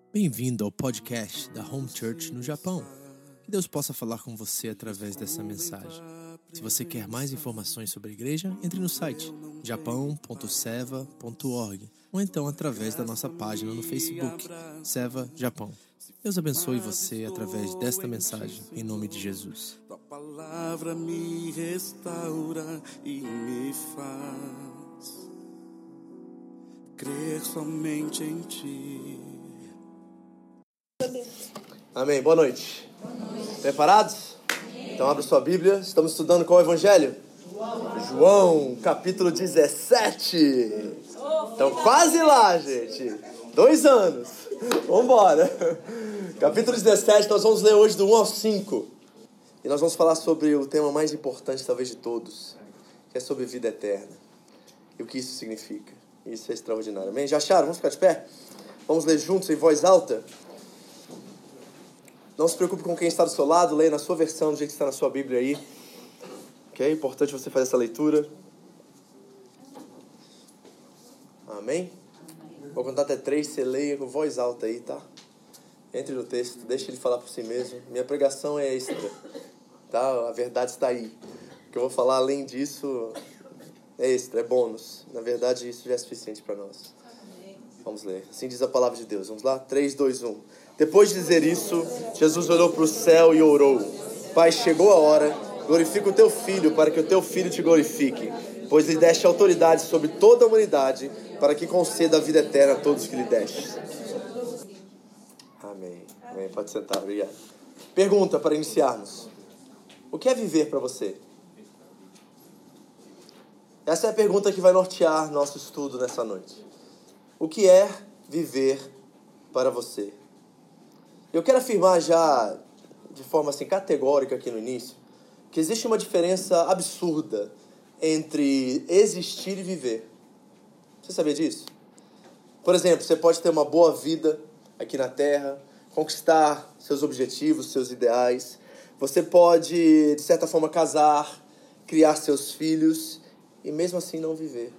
Bem-vindo ao podcast da Home Church no Japão. Que Deus possa falar com você através dessa mensagem. Se você quer mais informações sobre a igreja, entre no site japão.seva.org ou então através da nossa página no Facebook, Seva Japão. Deus abençoe você através desta mensagem, em nome de Jesus. Tua palavra me restaura e me faz crer somente em Ti. Amém. Boa noite. Preparados? Então abre sua Bíblia. Estamos estudando qual evangelho? João, capítulo 17. Então quase lá, gente. 2 anos. Vambora. Capítulo 17, nós vamos ler hoje do 1 ao 5. E nós vamos falar sobre o tema mais importante talvez de todos, que é sobre vida eterna. E o que isso significa. Isso é extraordinário. Amém? Já acharam? Vamos ficar de pé? Vamos ler juntos em voz alta? Não se preocupe com quem está do seu lado, leia na sua versão, do jeito que está na sua Bíblia aí. Ok? É importante você fazer essa leitura. Amém? Vou contar até 3, você leia com voz alta aí, tá? Entre no texto, deixa ele falar por si mesmo. Minha pregação é extra, tá? A verdade está aí. O que eu vou falar além disso é extra, é bônus. Na verdade, isso já é suficiente para nós. Vamos ler. Assim diz a palavra de Deus. Vamos lá? 3, 2, 1. Depois de dizer isso, Jesus olhou para o céu e orou: Pai, chegou a hora, glorifica o teu Filho, para que o teu Filho te glorifique, pois lhe deste autoridade sobre toda a humanidade, para que conceda a vida eterna a todos que lhe deste. Amém. Amém. Pode sentar, obrigado. Pergunta para iniciarmos: o que é viver para você? Essa é a pergunta que vai nortear nosso estudo nessa noite. O que é viver para você? Eu quero afirmar já, de forma assim categórica aqui no início, que existe uma diferença absurda entre existir e viver. Você sabia disso? Por exemplo, você pode ter uma boa vida aqui na Terra, conquistar seus objetivos, seus ideais. Você pode, de certa forma, casar, criar seus filhos e mesmo assim não viver.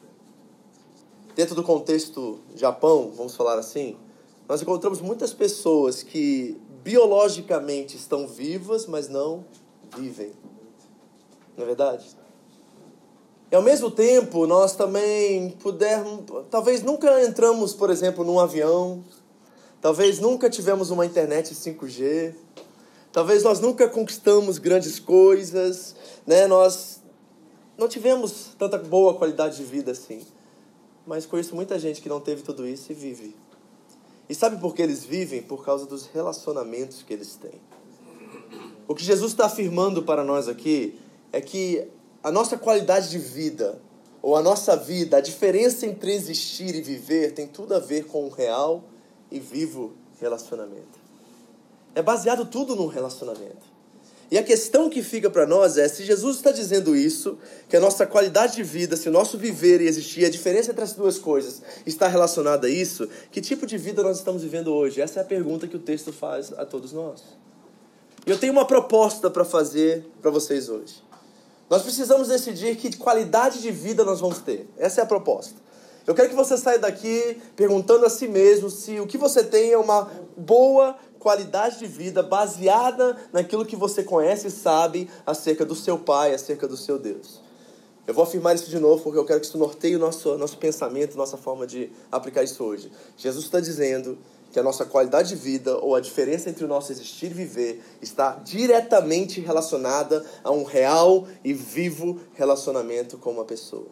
Dentro do contexto Japão, vamos falar assim, nós encontramos muitas pessoas que biologicamente estão vivas, mas não vivem. Não é verdade? E ao mesmo tempo, nós também talvez nunca entramos, por exemplo, num avião, talvez nunca tivemos uma internet 5G, talvez nós nunca conquistamos grandes coisas, né? Nós não tivemos tanta boa qualidade de vida assim. Mas conheço muita gente que não teve tudo isso e vive. E sabe por que eles vivem? Por causa dos relacionamentos que eles têm. O que Jesus está afirmando para nós aqui é que a nossa qualidade de vida, ou a nossa vida, a diferença entre existir e viver tem tudo a ver com um real e vivo relacionamento. É baseado tudo num relacionamento. E a questão que fica para nós é, se Jesus está dizendo isso, que a nossa qualidade de vida, se o nosso viver e existir, a diferença entre as duas coisas está relacionada a isso, que tipo de vida nós estamos vivendo hoje? Essa é a pergunta que o texto faz a todos nós. E eu tenho uma proposta para fazer para vocês hoje. Nós precisamos decidir que qualidade de vida nós vamos ter. Essa é a proposta. Eu quero que você saia daqui perguntando a si mesmo se o que você tem é uma boa qualidade de vida baseada naquilo que você conhece e sabe acerca do seu Pai, acerca do seu Deus. Eu vou afirmar isso de novo porque eu quero que isso norteie o nosso pensamento, nossa forma de aplicar isso hoje. Jesus está dizendo que a nossa qualidade de vida, ou a diferença entre o nosso existir e viver, está diretamente relacionada a um real e vivo relacionamento com uma pessoa.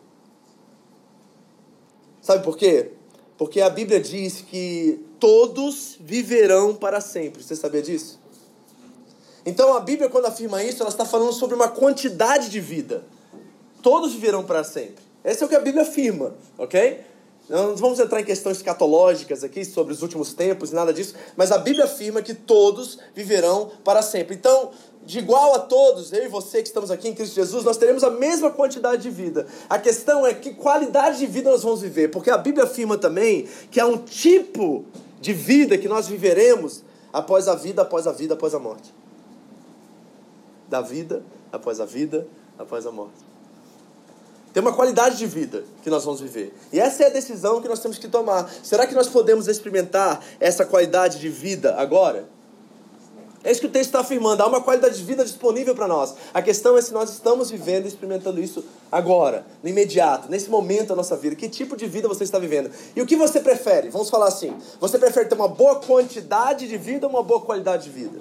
Sabe por quê? Porque a Bíblia diz que todos viverão para sempre. Você sabia disso? Então a Bíblia, quando afirma isso, ela está falando sobre uma quantidade de vida. Todos viverão para sempre. Esse é o que a Bíblia afirma, ok? Não vamos entrar em questões escatológicas aqui sobre os últimos tempos e nada disso, mas a Bíblia afirma que todos viverão para sempre. Então, de igual a todos, eu e você que estamos aqui em Cristo Jesus, nós teremos a mesma quantidade de vida. A questão é que qualidade de vida nós vamos viver, porque a Bíblia afirma também que há um tipo de vida que nós viveremos após a vida, após a vida, após a morte. Da vida, após a vida, após a morte. Tem uma qualidade de vida que nós vamos viver. E essa é a decisão que nós temos que tomar. Será que nós podemos experimentar essa qualidade de vida agora? É isso que o texto está afirmando. Há uma qualidade de vida disponível para nós. A questão é se nós estamos vivendo e experimentando isso agora, no imediato, nesse momento da nossa vida. Que tipo de vida você está vivendo? E o que você prefere? Vamos falar assim. Você prefere ter uma boa quantidade de vida ou uma boa qualidade de vida?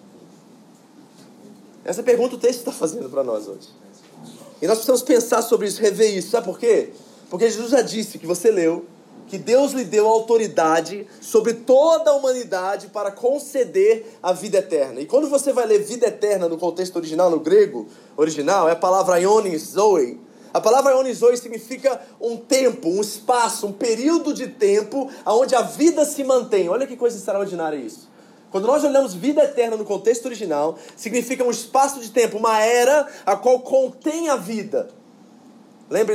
Essa pergunta o texto está fazendo para nós hoje. E nós precisamos pensar sobre isso, rever isso. Sabe por quê? Porque Jesus já disse, que você leu, que Deus lhe deu autoridade sobre toda a humanidade para conceder a vida eterna. E quando você vai ler vida eterna no contexto original, no grego original, é a palavra ionizoi. A palavra ionizoi significa um tempo, um espaço, um período de tempo onde a vida se mantém. Olha que coisa extraordinária isso. Quando nós olhamos vida eterna no contexto original, significa um espaço de tempo, uma era a qual contém a vida. Lembrem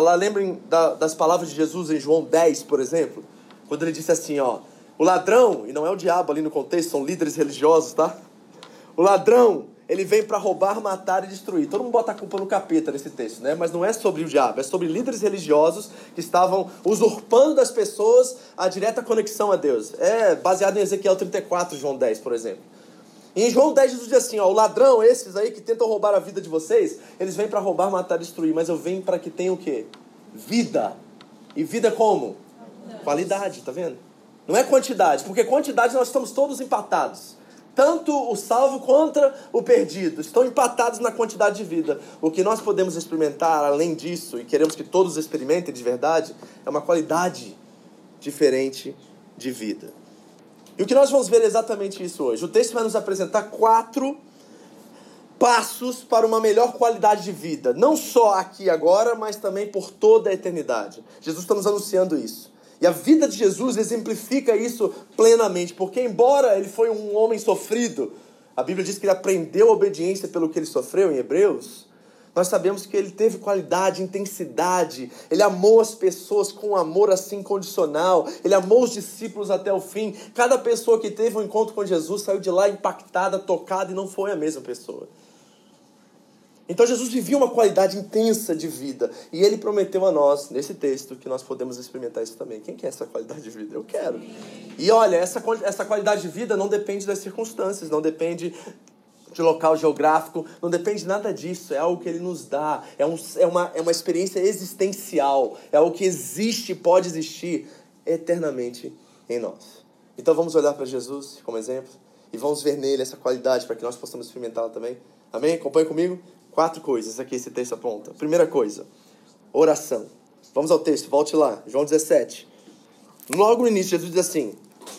das palavras de Jesus em João 10, por exemplo, quando ele disse assim, ó, o ladrão, e não é o diabo ali no contexto, são líderes religiosos, tá? O ladrão, ele vem para roubar, matar e destruir. Todo mundo bota a culpa no capeta nesse texto, né? Mas não é sobre o diabo, é sobre líderes religiosos que estavam usurpando das pessoas a direta conexão a Deus. É baseado em Ezequiel 34, João 10, por exemplo. E em João 10, Jesus diz assim, ó, o ladrão, esses aí que tentam roubar a vida de vocês, eles vêm para roubar, matar e destruir, mas eu venho para que tenham o quê? Vida. E vida como? Qualidade, tá vendo? Não é quantidade, porque quantidade nós estamos todos empatados. Tanto o salvo quanto o perdido estão empatados na quantidade de vida. O que nós podemos experimentar, além disso, e queremos que todos experimentem de verdade, é uma qualidade diferente de vida. E o que nós vamos ver é exatamente isso hoje. O texto vai nos apresentar 4 passos para uma melhor qualidade de vida. Não só aqui e agora, mas também por toda a eternidade. Jesus está nos anunciando isso. E a vida de Jesus exemplifica isso plenamente. Porque embora ele foi um homem sofrido, a Bíblia diz que ele aprendeu a obediência pelo que ele sofreu em Hebreus. Nós sabemos que ele teve qualidade, intensidade. Ele amou as pessoas com um amor assim incondicional. Ele amou os discípulos até o fim. Cada pessoa que teve um encontro com Jesus saiu de lá impactada, tocada e não foi a mesma pessoa. Então Jesus vivia uma qualidade intensa de vida. E ele prometeu a nós, nesse texto, que nós podemos experimentar isso também. Quem quer essa qualidade de vida? Eu quero. E olha, essa qualidade de vida não depende das circunstâncias, não depende de local geográfico, não depende de nada disso, é algo que ele nos dá, é uma experiência existencial, é algo que existe e pode existir eternamente em nós. Então vamos olhar para Jesus como exemplo e vamos ver nele essa qualidade para que nós possamos experimentá-la também. Amém? Acompanhe comigo? 4 coisas aqui esse texto aponta. Primeira coisa, oração. Vamos ao texto, volte lá, João 17. Logo no início, Jesus diz assim,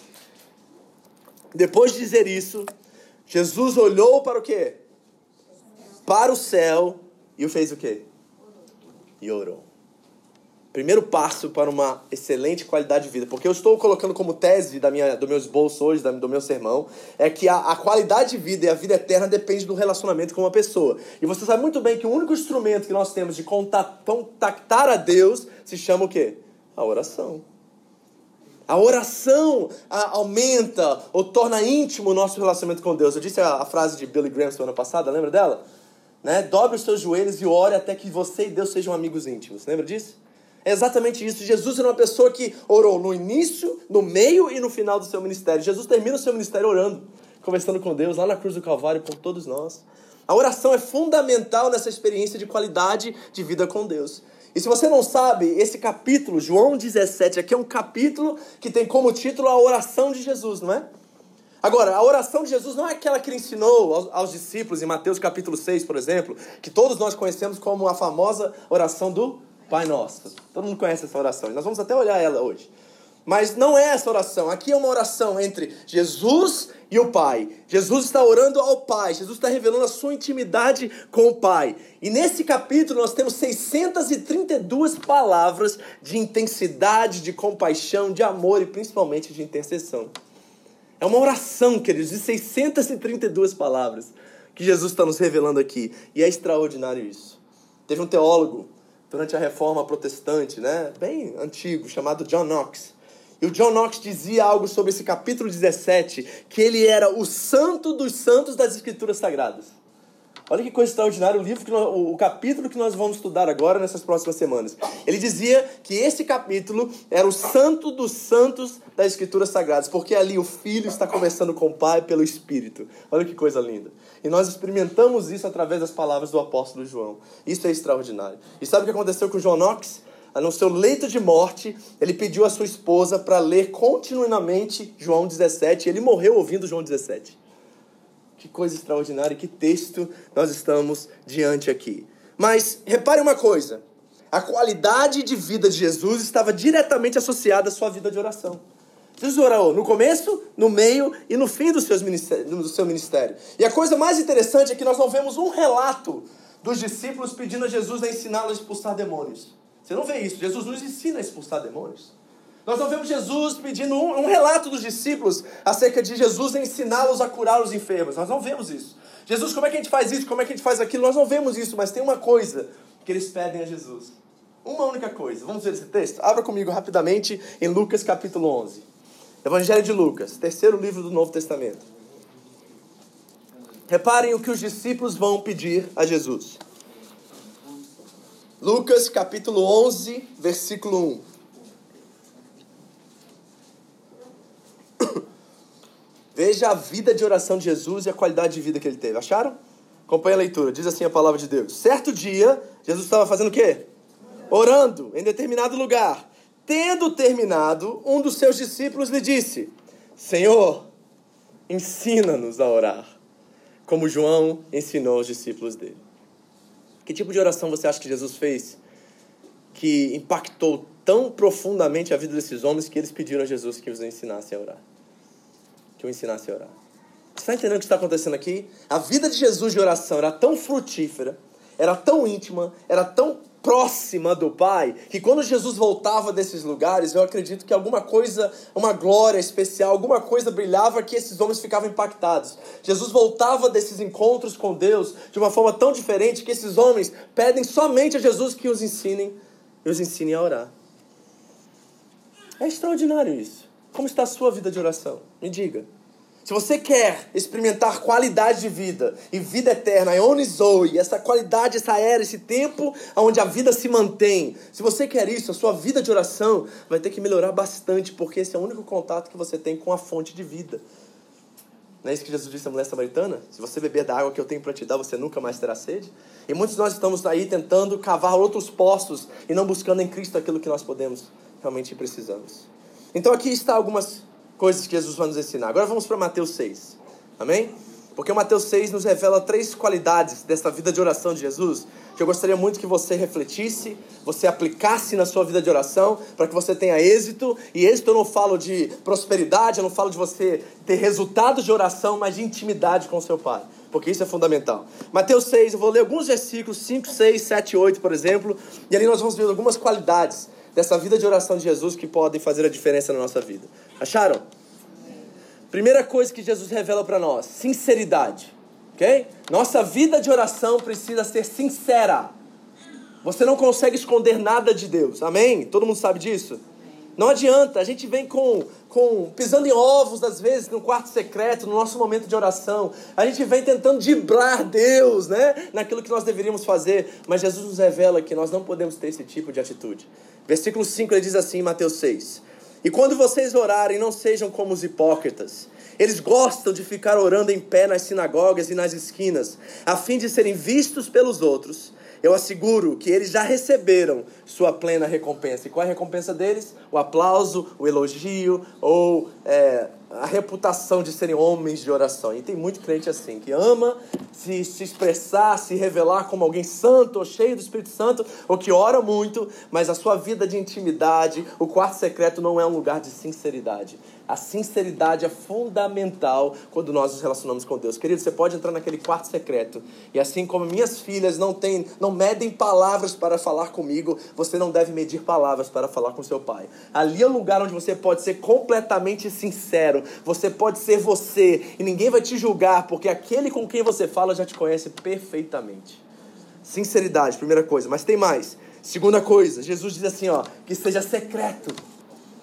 depois de dizer isso, Jesus olhou para o quê? Para o céu e o fez o quê? E orou. Primeiro passo para uma excelente qualidade de vida. Porque eu estou colocando como tese do meu esboço hoje, do meu sermão, é que a qualidade de vida e a vida eterna depende do relacionamento com uma pessoa. E você sabe muito bem que o único instrumento que nós temos de contactar a Deus se chama o quê? A oração. A oração aumenta ou torna íntimo o nosso relacionamento com Deus. Eu disse a frase de Billy Graham semana passada, lembra dela? Né? Dobre os seus joelhos e ore até que você e Deus sejam amigos íntimos. Lembra disso? É exatamente isso. Jesus era uma pessoa que orou no início, no meio e no final do seu ministério. Jesus termina o seu ministério orando, conversando com Deus lá na cruz do Calvário por todos nós. A oração é fundamental nessa experiência de qualidade de vida com Deus. E se você não sabe, esse capítulo, João 17, aqui é um capítulo que tem como título a oração de Jesus, não é? Agora, a oração de Jesus não é aquela que ele ensinou aos discípulos em Mateus capítulo 6, por exemplo, que todos nós conhecemos como a famosa oração do Pai Nosso. Todo mundo conhece essa oração e nós vamos até olhar ela hoje. Mas não é essa oração. Aqui é uma oração entre Jesus e o Pai. Jesus está orando ao Pai. Jesus está revelando a sua intimidade com o Pai. E nesse capítulo nós temos 632 palavras de intensidade, de compaixão, de amor e principalmente de intercessão. É uma oração, queridos, de 632 palavras que Jesus está nos revelando aqui. E é extraordinário isso. Teve um teólogo durante a Reforma Protestante, né, bem antigo, chamado John Knox. E o John Knox dizia algo sobre esse capítulo 17, que ele era o santo dos santos das Escrituras Sagradas. Olha que coisa extraordinária o livro, o capítulo que nós vamos estudar agora nessas próximas semanas. Ele dizia que esse capítulo era o santo dos santos das Escrituras Sagradas, porque ali o Filho está conversando com o Pai pelo Espírito. Olha que coisa linda. E nós experimentamos isso através das palavras do apóstolo João. Isso é extraordinário. E sabe o que aconteceu com João Knox? No seu leito de morte, ele pediu à sua esposa para ler continuamente João 17, e ele morreu ouvindo João 17. Que coisa extraordinária, que texto nós estamos diante aqui. Mas repare uma coisa, a qualidade de vida de Jesus estava diretamente associada à sua vida de oração. Jesus orou no começo, no meio e no fim do seu ministério. E a coisa mais interessante é que nós não vemos um relato dos discípulos pedindo a Jesus a ensiná-los a expulsar demônios. Você não vê isso. Jesus nos ensina a expulsar demônios. Nós não vemos Jesus pedindo um relato dos discípulos acerca de Jesus ensiná-los a curar os enfermos. Nós não vemos isso. Jesus, como é que a gente faz isso? Como é que a gente faz aquilo? Nós não vemos isso, mas tem uma coisa que eles pedem a Jesus. Uma única coisa. Vamos ver esse texto? Abra comigo rapidamente em Lucas capítulo 11. Evangelho de Lucas, terceiro livro do Novo Testamento. Reparem o que os discípulos vão pedir a Jesus. Lucas capítulo 11, versículo 1. Veja a vida de oração de Jesus e a qualidade de vida que ele teve. Acharam? Acompanhe a leitura. Diz assim a palavra de Deus. Certo dia, Jesus estava fazendo o quê? Orando em determinado lugar. Tendo terminado, um dos seus discípulos lhe disse: Senhor, ensina-nos a orar, como João ensinou os discípulos dele. Que tipo de oração você acha que Jesus fez que impactou tão profundamente a vida desses homens que eles pediram a Jesus que os ensinasse a orar? Que o ensinasse a orar. Você está entendendo o que está acontecendo aqui? A vida de Jesus de oração era tão frutífera, era tão íntima, era tão próxima do Pai, que quando Jesus voltava desses lugares, eu acredito que alguma coisa, uma glória especial, alguma coisa brilhava que esses homens ficavam impactados. Jesus voltava desses encontros com Deus de uma forma tão diferente que esses homens pedem somente a Jesus que os ensine a orar. É extraordinário isso. Como está a sua vida de oração? Me diga. Se você quer experimentar qualidade de vida e vida eterna, Ionisoi, essa qualidade, essa era, esse tempo onde a vida se mantém, se você quer isso, a sua vida de oração vai ter que melhorar bastante, porque esse é o único contato que você tem com a fonte de vida. Não é isso que Jesus disse à mulher samaritana? Se você beber da água que eu tenho para te dar, você nunca mais terá sede? E muitos de nós estamos aí tentando cavar outros poços e não buscando em Cristo aquilo que nós podemos realmente precisamos. Então aqui está algumas coisas que Jesus vai nos ensinar. Agora vamos para Mateus 6. Amém? Porque o Mateus 6 nos revela 3 qualidades dessa vida de oração de Jesus, que eu gostaria muito que você refletisse, você aplicasse na sua vida de oração, para que você tenha êxito. E êxito eu não falo de prosperidade, eu não falo de você ter resultados de oração, mas de intimidade com o seu Pai. Porque isso é fundamental. Mateus 6, eu vou ler alguns versículos, 5, 6, 7, 8, por exemplo. E ali nós vamos ver algumas qualidades dessa vida de oração de Jesus que podem fazer a diferença na nossa vida. Acharam? Primeira coisa que Jesus revela para nós: sinceridade. Ok? Nossa vida de oração precisa ser sincera. Você não consegue esconder nada de Deus. Amém? Todo mundo sabe disso? Não adianta. A gente vem pisando em ovos, às vezes, no quarto secreto, no nosso momento de oração. A gente vem tentando driblar Deus, né? Naquilo que nós deveríamos fazer. Mas Jesus nos revela que nós não podemos ter esse tipo de atitude. Versículo 5, ele diz assim em Mateus 6. E quando vocês orarem, não sejam como os hipócritas. Eles gostam de ficar orando em pé nas sinagogas e nas esquinas, a fim de serem vistos pelos outros. Eu asseguro que eles já receberam sua plena recompensa. E qual é a recompensa deles? O aplauso, o elogio ou a reputação de serem homens de oração. E tem muito crente assim, que ama se expressar, se revelar como alguém santo ou cheio do Espírito Santo, ou que ora muito, mas a sua vida de intimidade, o quarto secreto não é um lugar de sinceridade. A sinceridade é fundamental quando nós nos relacionamos com Deus. Querido, você pode entrar naquele quarto secreto, e assim como minhas filhas não medem palavras para falar comigo, você não deve medir palavras para falar com seu pai. Ali é o lugar onde você pode ser completamente sincero. Você pode ser você, e ninguém vai te julgar, porque aquele com quem você fala já te conhece perfeitamente. Sinceridade, primeira coisa. Mas tem mais. Segunda coisa, Jesus diz assim, que seja secreto.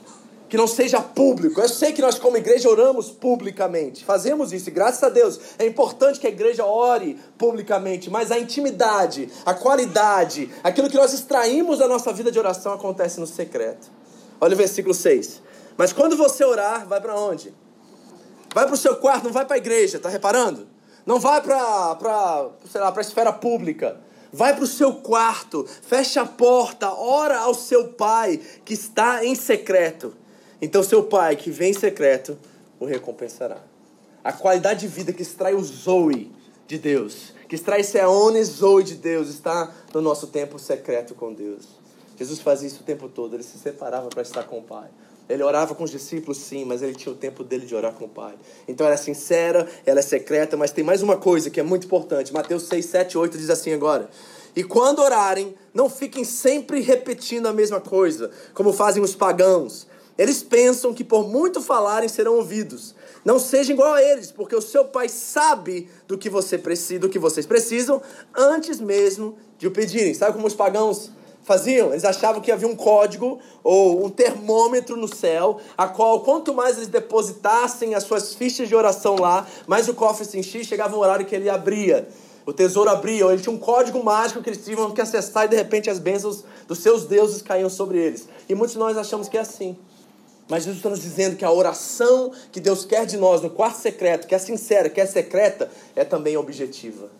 que não seja público. Eu sei que nós como igreja oramos publicamente, fazemos isso, e graças a Deus, é importante que a igreja ore publicamente, mas a intimidade, a qualidade, aquilo que nós extraímos da nossa vida de oração acontece no secreto. Olha o versículo 6. Mas quando você orar, vai para onde? Vai para o seu quarto, não vai para a igreja, tá reparando? Não vai para a esfera pública. Vai para o seu quarto, fecha a porta, ora ao seu pai que está em secreto. Então seu pai que vem em secreto o recompensará. A qualidade de vida que extrai o Zoe de Deus, que extrai esse Eone Zoe de Deus, está no nosso tempo secreto com Deus. Jesus fazia isso o tempo todo, ele se separava para estar com o pai. Ele orava com os discípulos, sim, mas ele tinha o tempo dele de orar com o Pai. Então ela é sincera, ela é secreta, mas tem mais uma coisa que é muito importante. Mateus 6, 7, 8 diz assim agora. E quando orarem, não fiquem sempre repetindo a mesma coisa, como fazem os pagãos. Eles pensam que por muito falarem serão ouvidos. Não seja igual a eles, porque o seu Pai sabe do que vocês precisam antes mesmo de o pedirem. Sabe como os pagãos faziam? Eles achavam que havia um código ou um termômetro no céu, a qual quanto mais eles depositassem as suas fichas de oração lá, mais o cofre se enchia, chegava um horário que ele abria. O tesouro abria, ou ele tinha um código mágico que eles tinham que acessar e de repente as bênçãos dos seus deuses caíam sobre eles. E muitos de nós achamos que é assim. Mas Jesus está nos dizendo que a oração que Deus quer de nós no quarto secreto, que é sincera, que é secreta, é também objetiva.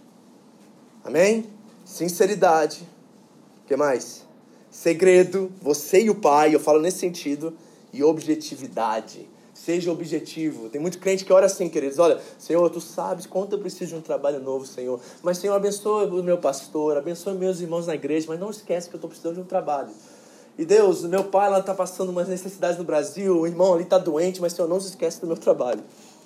Amém? Sinceridade. O que mais? Segredo, você e o Pai, eu falo nesse sentido, e objetividade. Seja objetivo. Tem muito crente que ora assim, queridos. Olha, Senhor, Tu sabes quanto eu preciso de um trabalho novo, Senhor. Mas, Senhor, abençoa o meu pastor, abençoa meus irmãos na igreja, mas não esquece que eu estou precisando de um trabalho. E Deus, meu pai lá está passando umas necessidades no Brasil, o irmão ali está doente, mas, Senhor, não se esquece do meu trabalho.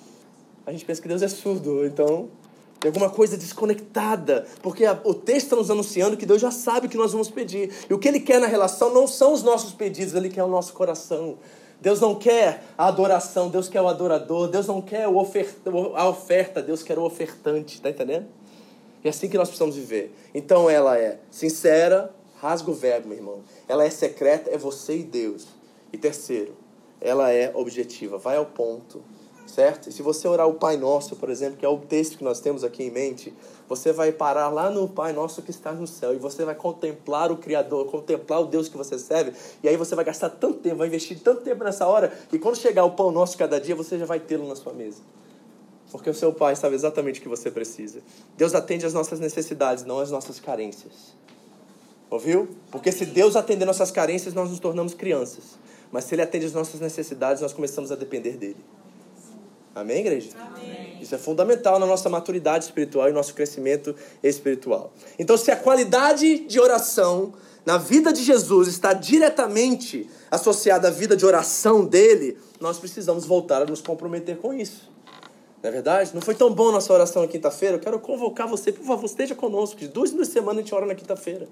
A gente pensa que Deus é surdo, então tem alguma coisa desconectada, porque o texto está nos anunciando que Deus já sabe o que nós vamos pedir. E o que Ele quer na relação não são os nossos pedidos, Ele quer o nosso coração. Deus não quer a adoração, Deus quer o adorador. Deus não quer a oferta, Deus quer o ofertante, tá entendendo? É assim que nós precisamos viver. Então ela é sincera, rasga o verbo, meu irmão. Ela é secreta, é você e Deus. E terceiro, ela é objetiva, vai ao ponto. Certo? E se você orar o Pai Nosso, por exemplo, que é o texto que nós temos aqui em mente, você vai parar lá no Pai Nosso que está no céu e você vai contemplar o Criador, contemplar o Deus que você serve, e aí você vai gastar tanto tempo, vai investir tanto tempo nessa hora, que quando chegar o pão nosso cada dia, você já vai tê-lo na sua mesa. Porque o seu Pai sabe exatamente o que você precisa. Deus atende às nossas necessidades, não às nossas carências. Ouviu? Porque se Deus atender nossas carências, nós nos tornamos crianças. Mas se Ele atende às nossas necessidades, nós começamos a depender dEle. Amém, igreja? Amém. Isso é fundamental na nossa maturidade espiritual e nosso crescimento espiritual. Então, se a qualidade de oração na vida de Jesus está diretamente associada à vida de oração dele, nós precisamos voltar a nos comprometer com isso. Não é verdade? Não foi tão bom a nossa oração na quinta-feira? Eu quero convocar você, por favor, esteja conosco. De 2 em 2 semanas a gente ora na quinta-feira.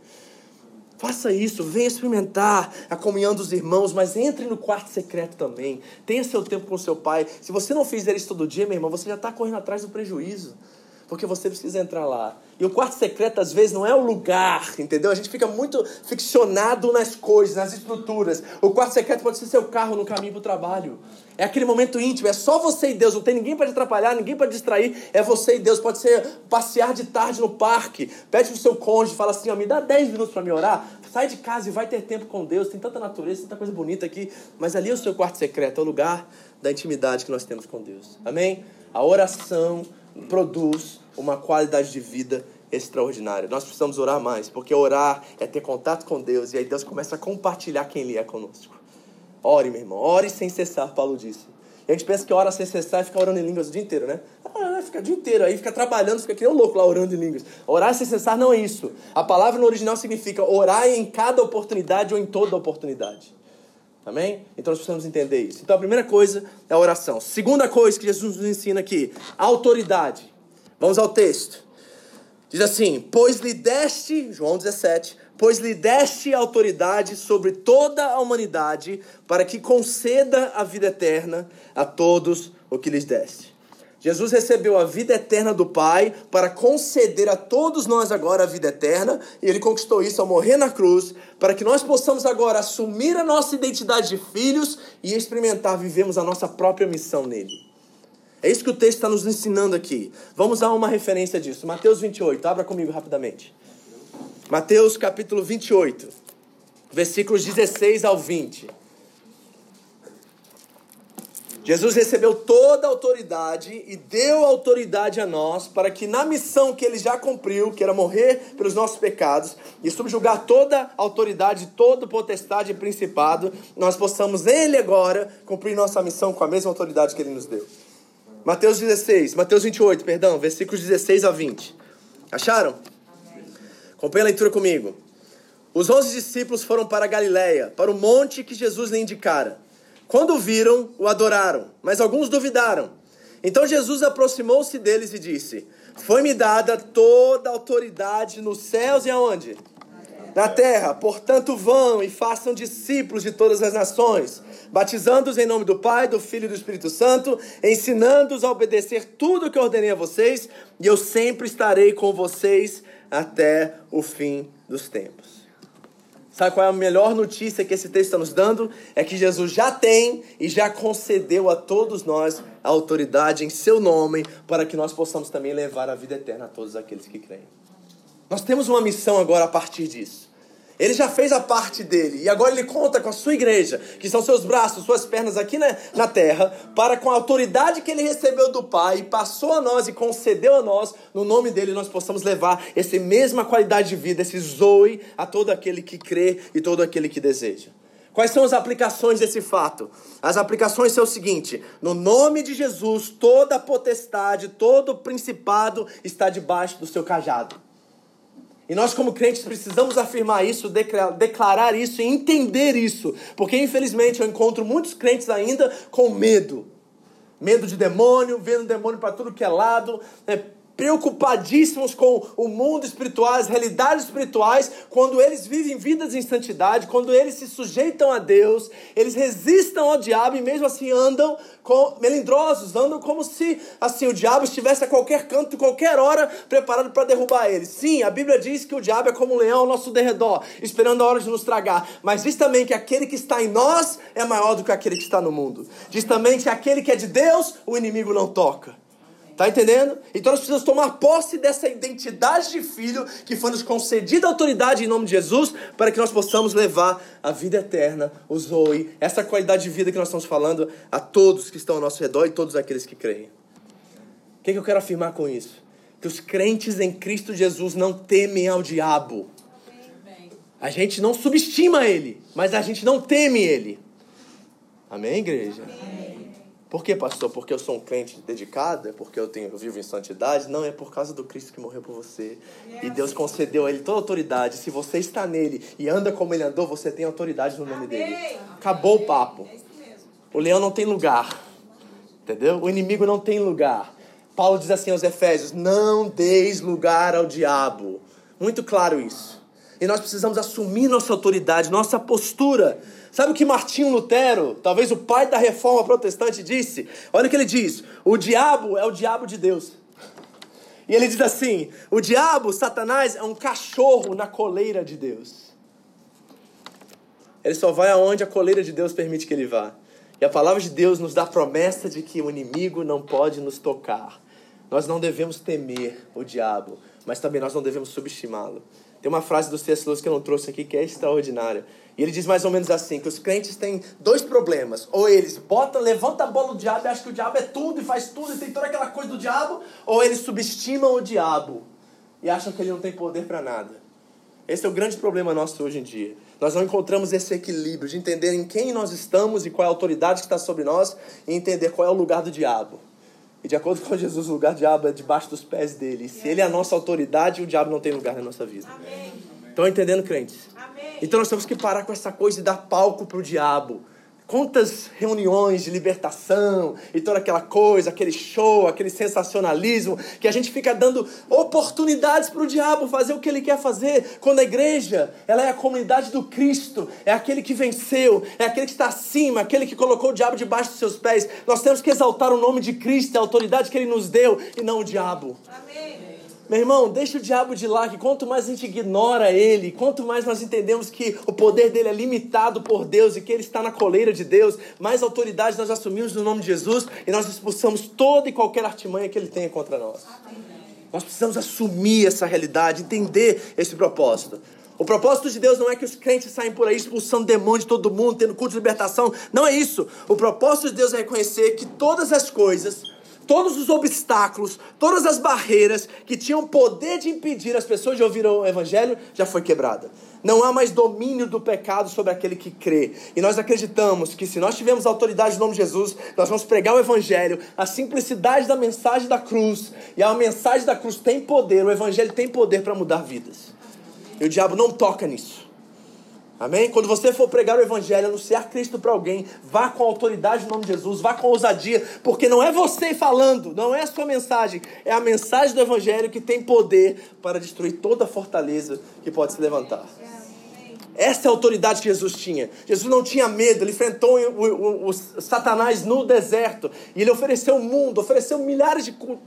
Faça isso, venha experimentar a comunhão dos irmãos, mas entre no quarto secreto também. Tenha seu tempo com seu pai. Se você não fizer isso todo dia, meu irmão, você já está correndo atrás do prejuízo. Porque você precisa entrar lá. E o quarto secreto, às vezes, não é o lugar, entendeu? A gente fica muito ficcionado nas coisas, nas estruturas. O quarto secreto pode ser seu carro no caminho para o trabalho. É aquele momento íntimo, é só você e Deus. Não tem ninguém para te atrapalhar, ninguém para te distrair. É você e Deus. Pode ser passear de tarde no parque. Pede pro seu cônjuge, fala assim, ó, me dá 10 minutos para me orar. Sai de casa e vai ter tempo com Deus. Tem tanta natureza, tanta coisa bonita aqui. Mas ali é o seu quarto secreto, é o lugar da intimidade que nós temos com Deus. Amém? A oração produz uma qualidade de vida extraordinária. Nós precisamos orar mais, porque orar é ter contato com Deus, e aí Deus começa a compartilhar quem Ele é conosco. Ore, meu irmão, ore sem cessar, Paulo disse. E a gente pensa que ora sem cessar e fica orando em línguas o dia inteiro, né? Fica o dia inteiro, aí fica trabalhando, fica que nem um louco lá orando em línguas. Orar sem cessar não é isso. A palavra no original significa orar em cada oportunidade ou em toda oportunidade. Amém? Então nós precisamos entender isso. Então a primeira coisa é a oração. Segunda coisa que Jesus nos ensina aqui, a autoridade. Vamos ao texto. Diz assim, pois lhe deste, João 17, pois lhe deste autoridade sobre toda a humanidade para que conceda a vida eterna a todos o que lhes deste. Jesus recebeu a vida eterna do Pai para conceder a todos nós agora a vida eterna. E Ele conquistou isso ao morrer na cruz, para que nós possamos agora assumir a nossa identidade de filhos e experimentar, vivemos a nossa própria missão nele. É isso que o texto está nos ensinando aqui. Vamos a uma referência disso. Mateus 28, abra comigo rapidamente. Mateus capítulo 28, versículos 16 ao 20. Jesus recebeu toda a autoridade e deu autoridade a nós para que na missão que Ele já cumpriu, que era morrer pelos nossos pecados e subjugar toda a autoridade, toda potestade e principado, nós possamos nele agora cumprir nossa missão com a mesma autoridade que Ele nos deu. Mateus 28, versículos 16 a 20. Acharam? Acompanhe a leitura comigo. Os 11 discípulos foram para a Galileia, para o monte que Jesus lhe indicara. Quando o viram, o adoraram, mas alguns duvidaram. Então Jesus aproximou-se deles e disse: foi-me dada toda a autoridade nos céus e aonde? Na terra. Portanto, vão e façam discípulos de todas as nações, batizando-os em nome do Pai, do Filho e do Espírito Santo, ensinando-os a obedecer tudo o que eu ordenei a vocês, e eu sempre estarei com vocês até o fim dos tempos. Sabe qual é a melhor notícia que esse texto está nos dando? É que Jesus já tem e já concedeu a todos nós a autoridade em seu nome para que nós possamos também levar a vida eterna a todos aqueles que creem. Nós temos uma missão agora a partir disso. Ele já fez a parte dele e agora ele conta com a sua igreja, que são seus braços, suas pernas aqui na terra, para com a autoridade que ele recebeu do Pai e passou a nós e concedeu a nós, no nome dele nós possamos levar essa mesma qualidade de vida, esse zoe, a todo aquele que crê e todo aquele que deseja. Quais são as aplicações desse fato? As aplicações são o seguinte: no nome de Jesus, toda a potestade, todo o principado está debaixo do seu cajado. E nós como crentes precisamos afirmar isso, declarar isso e entender isso. Porque infelizmente eu encontro muitos crentes ainda com medo. Medo de demônio, vendo demônio para tudo que é lado, preocupadíssimos com o mundo espiritual, as realidades espirituais, quando eles vivem vidas em santidade, quando eles se sujeitam a Deus, eles resistem ao diabo e mesmo assim andam melindrosos, andam como se assim, o diabo estivesse a qualquer canto, qualquer hora, preparado para derrubar eles. Sim, a Bíblia diz que o diabo é como um leão ao nosso derredor, esperando a hora de nos tragar, mas diz também que aquele que está em nós é maior do que aquele que está no mundo. Diz também que aquele que é de Deus, o inimigo não toca. Tá entendendo? Então nós precisamos tomar posse dessa identidade de filho que foi nos concedida autoridade em nome de Jesus para que nós possamos levar a vida eterna, o zoe, essa qualidade de vida que nós estamos falando a todos que estão ao nosso redor e todos aqueles que creem. O que eu quero afirmar com isso? Que os crentes em Cristo Jesus não temem ao diabo. A gente não subestima ele, mas a gente não teme ele. Amém, igreja? Amém. Por que, pastor? Porque eu sou um crente dedicado? É porque eu vivo em santidade? Não, é por causa do Cristo que morreu por você. E Deus concedeu a ele toda a autoridade. Se você está nele e anda como ele andou, você tem autoridade no nome dele. Acabou o papo. O leão não tem lugar. Entendeu? O inimigo não tem lugar. Paulo diz assim aos Efésios: não deis lugar ao diabo. Muito claro isso. E nós precisamos assumir nossa autoridade, nossa postura. Sabe o que Martinho Lutero, talvez o pai da reforma protestante, disse? Olha o que ele diz: o diabo é o diabo de Deus. E ele diz assim: o diabo, Satanás, é um cachorro na coleira de Deus. Ele só vai aonde a coleira de Deus permite que ele vá. E a palavra de Deus nos dá a promessa de que o inimigo não pode nos tocar. Nós não devemos temer o diabo, mas também nós não devemos subestimá-lo. Tem uma frase do C.S. Lewis que eu não trouxe aqui que é extraordinária. E ele diz mais ou menos assim, que os crentes têm dois problemas. Ou eles levantam a bola do diabo e acham que o diabo é tudo e faz tudo e tem toda aquela coisa do diabo. Ou eles subestimam o diabo e acham que ele não tem poder para nada. Esse é o grande problema nosso hoje em dia. Nós não encontramos esse equilíbrio de entender em quem nós estamos e qual é a autoridade que está sobre nós e entender qual é o lugar do diabo. E de acordo com Jesus, o lugar do diabo é debaixo dos pés dele. E se ele é a nossa autoridade, o diabo não tem lugar na nossa vida. Amém. Estão entendendo, crentes? Amém. Então nós temos que parar com essa coisa de dar palco para o diabo. Quantas reuniões de libertação e toda aquela coisa, aquele show, aquele sensacionalismo, que a gente fica dando oportunidades para o diabo fazer o que ele quer fazer, quando a igreja, ela é a comunidade do Cristo, é aquele que venceu, é aquele que está acima, aquele que colocou o diabo debaixo dos seus pés. Nós temos que exaltar o nome de Cristo, a autoridade que ele nos deu, e não o diabo. Amém. Meu irmão, deixa o diabo de lá, que quanto mais a gente ignora ele, quanto mais nós entendemos que o poder dele é limitado por Deus e que ele está na coleira de Deus, mais autoridade nós assumimos no nome de Jesus e nós expulsamos toda e qualquer artimanha que ele tenha contra nós. Nós precisamos assumir essa realidade, entender esse propósito. O propósito de Deus não é que os crentes saem por aí expulsando demônios de todo mundo, tendo culto de libertação. Não é isso. O propósito de Deus é reconhecer que todas as coisas, todos os obstáculos, todas as barreiras que tinham poder de impedir as pessoas de ouvir o evangelho, já foi quebrada. Não há mais domínio do pecado sobre aquele que crê. E nós acreditamos que se nós tivermos autoridade no nome de Jesus, nós vamos pregar o evangelho, a simplicidade da mensagem da cruz. E a mensagem da cruz tem poder, o evangelho tem poder para mudar vidas. E o diabo não toca nisso. Amém? Quando você for pregar o evangelho, anunciar Cristo para alguém, vá com autoridade no nome de Jesus, vá com ousadia, porque não é você falando, não é a sua mensagem, é a mensagem do evangelho que tem poder para destruir toda a fortaleza que pode se levantar. Essa é a autoridade que Jesus tinha. Jesus não tinha medo, ele enfrentou o Satanás no deserto, e ele ofereceu o mundo, ofereceu milhares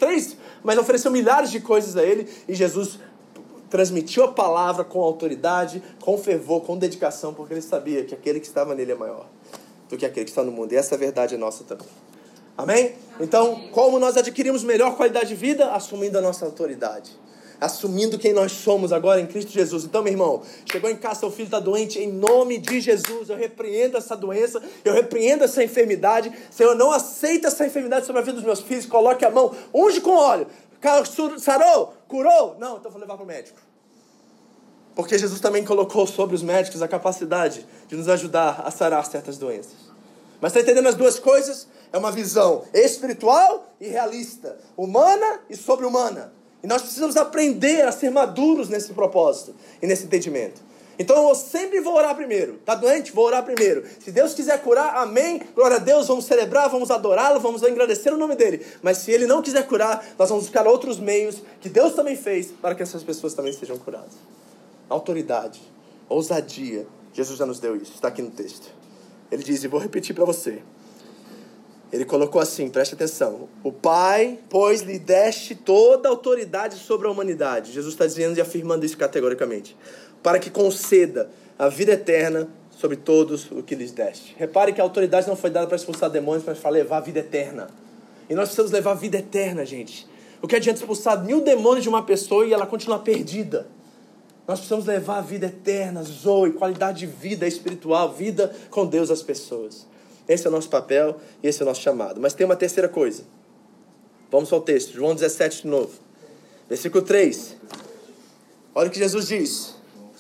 de coisas a ele, e Jesus transmitiu a palavra com autoridade, com fervor, com dedicação, porque ele sabia que aquele que estava nele é maior do que aquele que está no mundo. E essa verdade é nossa também. Amém? Então, como nós adquirimos melhor qualidade de vida? Assumindo a nossa autoridade. Assumindo quem nós somos agora em Cristo Jesus. Então, meu irmão, chegou em casa, seu filho está doente, em nome de Jesus, eu repreendo essa doença, eu repreendo essa enfermidade. Senhor, não aceita essa enfermidade sobre a vida dos meus filhos, coloque a mão, unge com óleo. Sarou? Curou? Não, então vou levar para o médico. Porque Jesus também colocou sobre os médicos a capacidade de nos ajudar a sarar certas doenças. Mas está entendendo as duas coisas? É uma visão espiritual e realista, humana e sobre-humana. E nós precisamos aprender a ser maduros nesse propósito e nesse entendimento. Então eu sempre vou orar primeiro. Está doente? Vou orar primeiro. Se Deus quiser curar, amém. Glória a Deus, vamos celebrar, vamos adorá-lo, vamos agradecer o nome dele. Mas se ele não quiser curar, nós vamos buscar outros meios que Deus também fez para que essas pessoas também sejam curadas. Autoridade, ousadia. Jesus já nos deu isso, está aqui no texto. Ele diz, e vou repetir para você. Ele colocou assim, preste atenção. O Pai, pois, lhe deste toda a autoridade sobre a humanidade. Jesus está dizendo e afirmando isso categoricamente. Para que conceda a vida eterna sobre todos o que lhes deste. Repare que a autoridade não foi dada para expulsar demônios, mas para levar a vida eterna. E nós precisamos levar a vida eterna, gente. O que adianta expulsar 1000 demônios de uma pessoa e ela continuar perdida? Nós precisamos levar a vida eterna, zoe, qualidade de vida espiritual, vida com Deus às pessoas. Esse é o nosso papel e esse é o nosso chamado. Mas tem uma terceira coisa. Vamos ao texto, João 17 de novo. Versículo 3. Olha o que Jesus diz.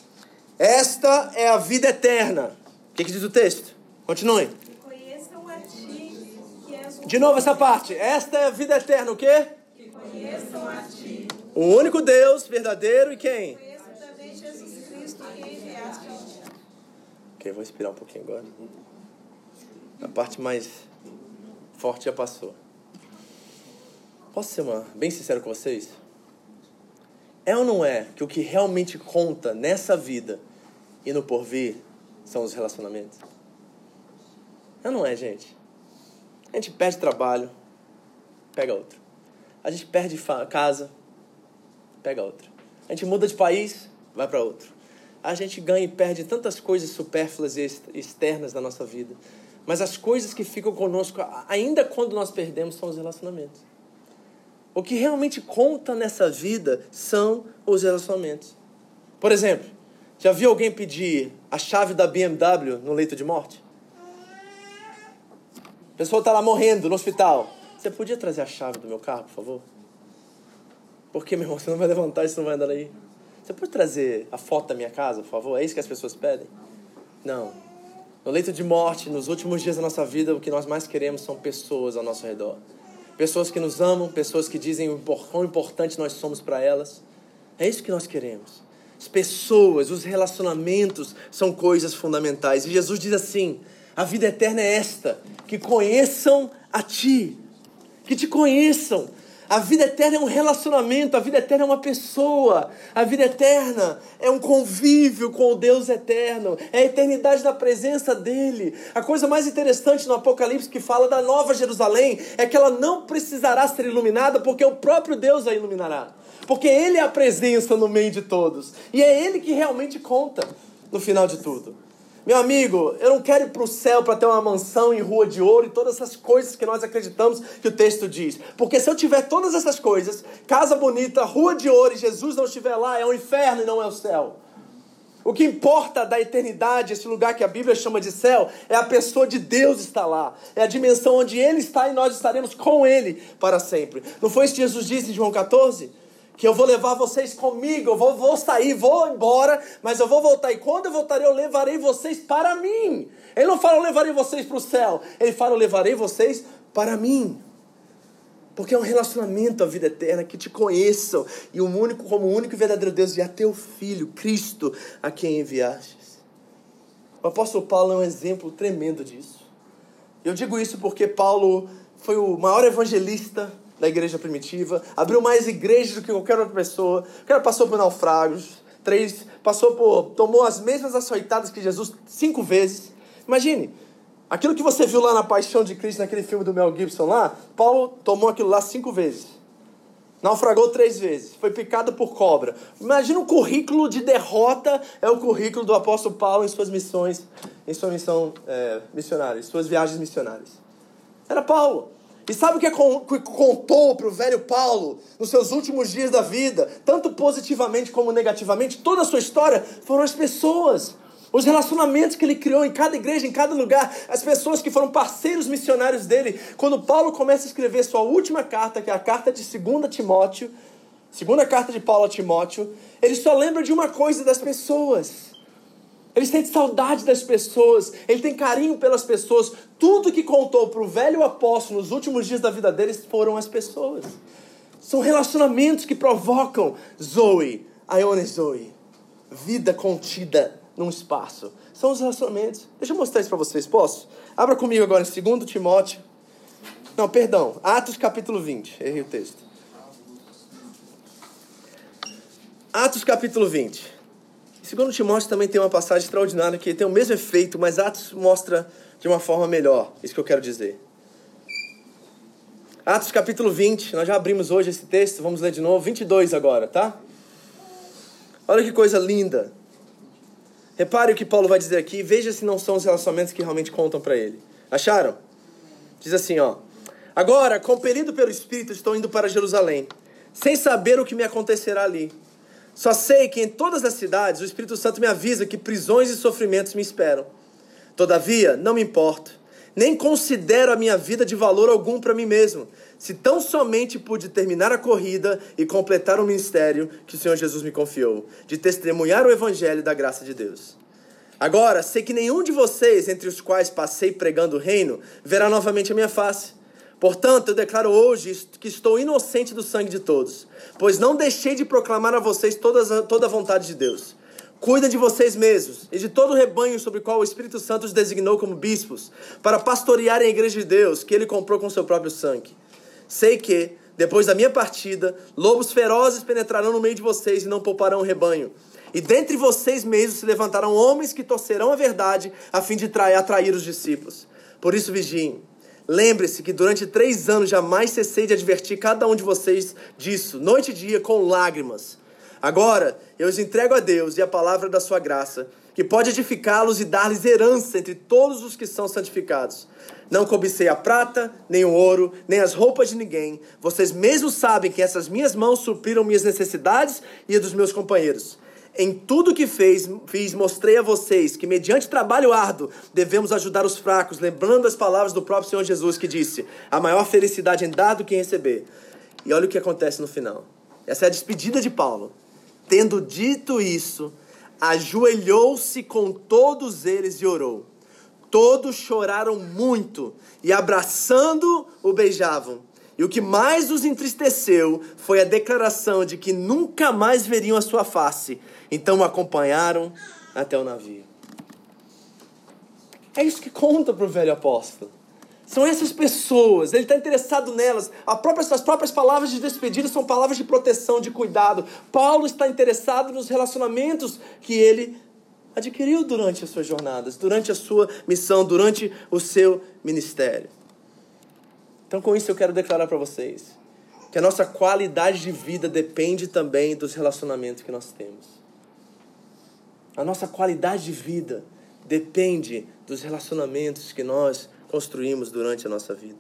Esta é a vida eterna. O que diz o texto? Continue. Conheçam a ti, que és o... De novo essa parte. Esta é a vida eterna. O quê? Que conheçam a ti. O único Deus verdadeiro e quem? Conheçam também Jesus Cristo, que enviaste ao mundo. Ok, vou respirar um pouquinho agora. A parte mais forte já passou. Posso ser bem sincero com vocês? É ou não é que o que realmente conta nessa vida e no porvir são os relacionamentos? É ou não é, gente? A gente perde trabalho, pega outro. A gente perde casa, pega outro. A gente muda de país, vai para outro. A gente ganha e perde tantas coisas supérfluas e externas da nossa vida. Mas as coisas que ficam conosco, ainda quando nós perdemos, são os relacionamentos. O que realmente conta nessa vida são os relacionamentos. Por exemplo, já viu alguém pedir a chave da BMW no leito de morte? A pessoa está lá morrendo no hospital. Você podia trazer a chave do meu carro, por favor? Porque, meu irmão, você não vai levantar e você não vai andar aí. Você pode trazer a foto da minha casa, por favor? É isso que as pessoas pedem? Não. No leito de morte, nos últimos dias da nossa vida, o que nós mais queremos são pessoas ao nosso redor. Pessoas que nos amam, pessoas que dizem o quão importante nós somos para elas. É isso que nós queremos. As pessoas, os relacionamentos são coisas fundamentais. E Jesus diz assim, A vida eterna é esta, que conheçam a Ti, que Te conheçam. A vida eterna é um relacionamento, a vida eterna é uma pessoa, a vida eterna é um convívio com o Deus eterno, é a eternidade da presença dEle. A coisa mais interessante no Apocalipse que fala da Nova Jerusalém é que ela não precisará ser iluminada porque o próprio Deus a iluminará. Porque Ele é a presença no meio de todos e é Ele que realmente conta no final de tudo. Meu amigo, eu não quero ir para o céu para ter uma mansão em rua de ouro e todas essas coisas que nós acreditamos que o texto diz. Porque se eu tiver todas essas coisas, casa bonita, rua de ouro e Jesus não estiver lá, é o inferno e não é o céu. O que importa da eternidade, esse lugar que a Bíblia chama de céu, é a pessoa de Deus estar lá. É a dimensão onde Ele está e nós estaremos com Ele para sempre. Não foi isso que Jesus disse em João 14? Que eu vou levar vocês comigo, eu vou sair, vou embora, mas eu vou voltar. E quando eu voltarei, eu levarei vocês para mim. Ele não fala, eu levarei vocês para o céu. Ele fala, eu levarei vocês para mim. Porque é um relacionamento, a vida eterna, que te conheçam. E como o único e verdadeiro Deus, e a teu Filho, Cristo, a quem enviastes. O apóstolo Paulo é um exemplo tremendo disso. Eu digo isso porque Paulo foi o maior evangelista da igreja primitiva, abriu mais igrejas do que qualquer outra pessoa. O cara passou por naufrágios, tomou as mesmas açoitadas que Jesus 5 vezes. Imagine, aquilo que você viu lá na Paixão de Cristo, naquele filme do Mel Gibson lá, Paulo tomou aquilo lá 5 vezes. Naufragou 3 vezes, foi picado por cobra. Imagina o currículo de derrota, é o currículo do apóstolo Paulo em suas missões, em sua missão missionária, em suas viagens missionárias. Era Paulo. E sabe o que contou para o velho Paulo nos seus últimos dias da vida, tanto positivamente como negativamente? Toda a sua história foram as pessoas, os relacionamentos que ele criou em cada igreja, em cada lugar, as pessoas que foram parceiros missionários dele. Quando Paulo começa a escrever sua última carta, que é a carta de 2 Timóteo, segunda carta de Paulo a Timóteo, ele só lembra de uma coisa: das pessoas. Ele sente saudade das pessoas, ele tem carinho pelas pessoas. Tudo que contou para o velho apóstolo nos últimos dias da vida deles foram as pessoas. São relacionamentos que provocam Zoe, Ione Zoe, vida contida num espaço. São os relacionamentos. Deixa eu mostrar isso para vocês, posso? Abra comigo agora em 2 Timóteo. Não, perdão, Atos capítulo 20, errei o texto. Atos capítulo 20. 2 Timóteo também tem uma passagem extraordinária que tem o mesmo efeito, mas Atos mostra de uma forma melhor. Isso que eu quero dizer. Atos capítulo 20, nós já abrimos hoje esse texto, vamos ler de novo, 22 agora, tá? Olha que coisa linda. Repare o que Paulo vai dizer aqui, veja se não são os relacionamentos que realmente contam para ele. Acharam? Diz assim, ó. Agora, compelido pelo Espírito, estou indo para Jerusalém, sem saber o que me acontecerá ali. Só sei que em todas as cidades o Espírito Santo me avisa que prisões e sofrimentos me esperam. Todavia, não me importo, nem considero a minha vida de valor algum para mim mesmo, se tão somente pude terminar a corrida e completar o ministério que o Senhor Jesus me confiou, de testemunhar o Evangelho da graça de Deus. Agora, sei que nenhum de vocês, entre os quais passei pregando o reino, verá novamente a minha face. Portanto, eu declaro hoje que estou inocente do sangue de todos, pois não deixei de proclamar a vocês toda a vontade de Deus. Cuidem de vocês mesmos e de todo o rebanho sobre o qual o Espírito Santo os designou como bispos, para pastorearem a igreja de Deus, que ele comprou com seu próprio sangue. Sei que, depois da minha partida, lobos ferozes penetrarão no meio de vocês e não pouparão o rebanho. E dentre vocês mesmos se levantarão homens que torcerão a verdade, a fim de atrair os discípulos. Por isso vigiem. Lembre-se que durante 3 anos jamais cessei de advertir cada um de vocês disso, noite e dia, com lágrimas. Agora, eu os entrego a Deus e a palavra da sua graça, que pode edificá-los e dar-lhes herança entre todos os que são santificados. Não cobicei a prata, nem o ouro, nem as roupas de ninguém. Vocês mesmos sabem que essas minhas mãos supriram minhas necessidades e a dos meus companheiros. Em tudo que fiz, mostrei a vocês que, mediante trabalho árduo, devemos ajudar os fracos, lembrando as palavras do próprio Senhor Jesus, que disse: a maior felicidade em dar do que em receber. E olha o que acontece no final. Essa é a despedida de Paulo. Tendo dito isso, ajoelhou-se com todos eles e orou. Todos choraram muito e, abraçando, o beijavam. E o que mais os entristeceu foi a declaração de que nunca mais veriam a sua face. Então o acompanharam até o navio. É isso que conta para o velho apóstolo. São essas pessoas, ele está interessado nelas. As próprias palavras de despedida são palavras de proteção, de cuidado. Paulo está interessado nos relacionamentos que ele adquiriu durante as suas jornadas, durante a sua missão, durante o seu ministério. Então, com isso, eu quero declarar para vocês que a nossa qualidade de vida depende também dos relacionamentos que nós temos. A nossa qualidade de vida depende dos relacionamentos que nós construímos durante a nossa vida.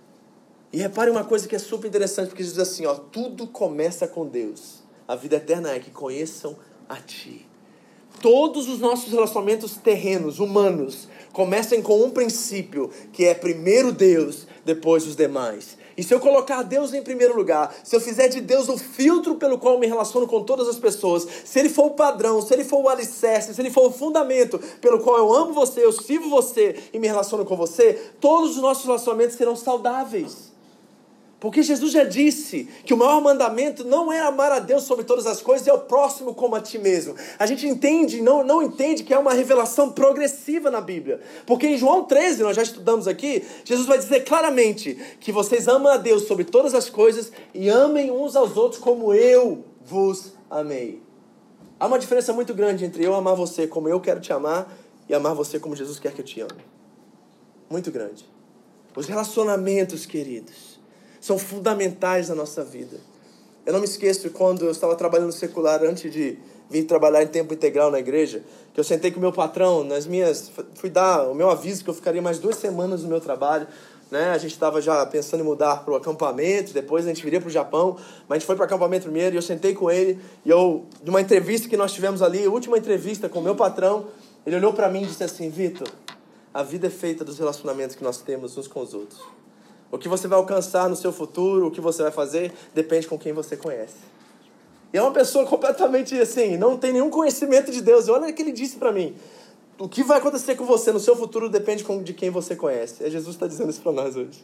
E repare uma coisa que é super interessante, porque Jesus diz assim, tudo começa com Deus. A vida eterna é que conheçam a Ti. Todos os nossos relacionamentos terrenos, humanos, começam com um princípio, que é primeiro Deus, depois os demais. E se eu colocar Deus em primeiro lugar, se eu fizer de Deus o filtro pelo qual eu me relaciono com todas as pessoas, se Ele for o padrão, se Ele for o alicerce, se Ele for o fundamento pelo qual eu amo você, eu sirvo você e me relaciono com você, todos os nossos relacionamentos serão saudáveis. Porque Jesus já disse que o maior mandamento não é amar a Deus sobre todas as coisas, é o próximo como a ti mesmo. A gente entende, não entende que é uma revelação progressiva na Bíblia. Porque em João 13, nós já estudamos aqui, Jesus vai dizer claramente que vocês amam a Deus sobre todas as coisas e amem uns aos outros como eu vos amei. Há uma diferença muito grande entre eu amar você como eu quero te amar e amar você como Jesus quer que eu te ame. Muito grande. Os relacionamentos, queridos, são fundamentais na nossa vida. Eu não me esqueço quando eu estava trabalhando secular, antes de vir trabalhar em tempo integral na igreja, que eu sentei com o meu patrão, fui dar o meu aviso que eu ficaria mais 2 semanas no meu trabalho, né? A gente estava já pensando em mudar para o acampamento, depois a gente viria para o Japão, mas a gente foi para o acampamento primeiro, e eu sentei com ele, e de uma entrevista que nós tivemos ali, a última entrevista com o meu patrão, ele olhou para mim e disse assim, Vitor, a vida é feita dos relacionamentos que nós temos uns com os outros. O que você vai alcançar no seu futuro, o que você vai fazer, depende com quem você conhece. E é uma pessoa completamente assim, não tem nenhum conhecimento de Deus. Olha o que ele disse para mim. O que vai acontecer com você no seu futuro depende de quem você conhece. E Jesus está dizendo isso para nós hoje.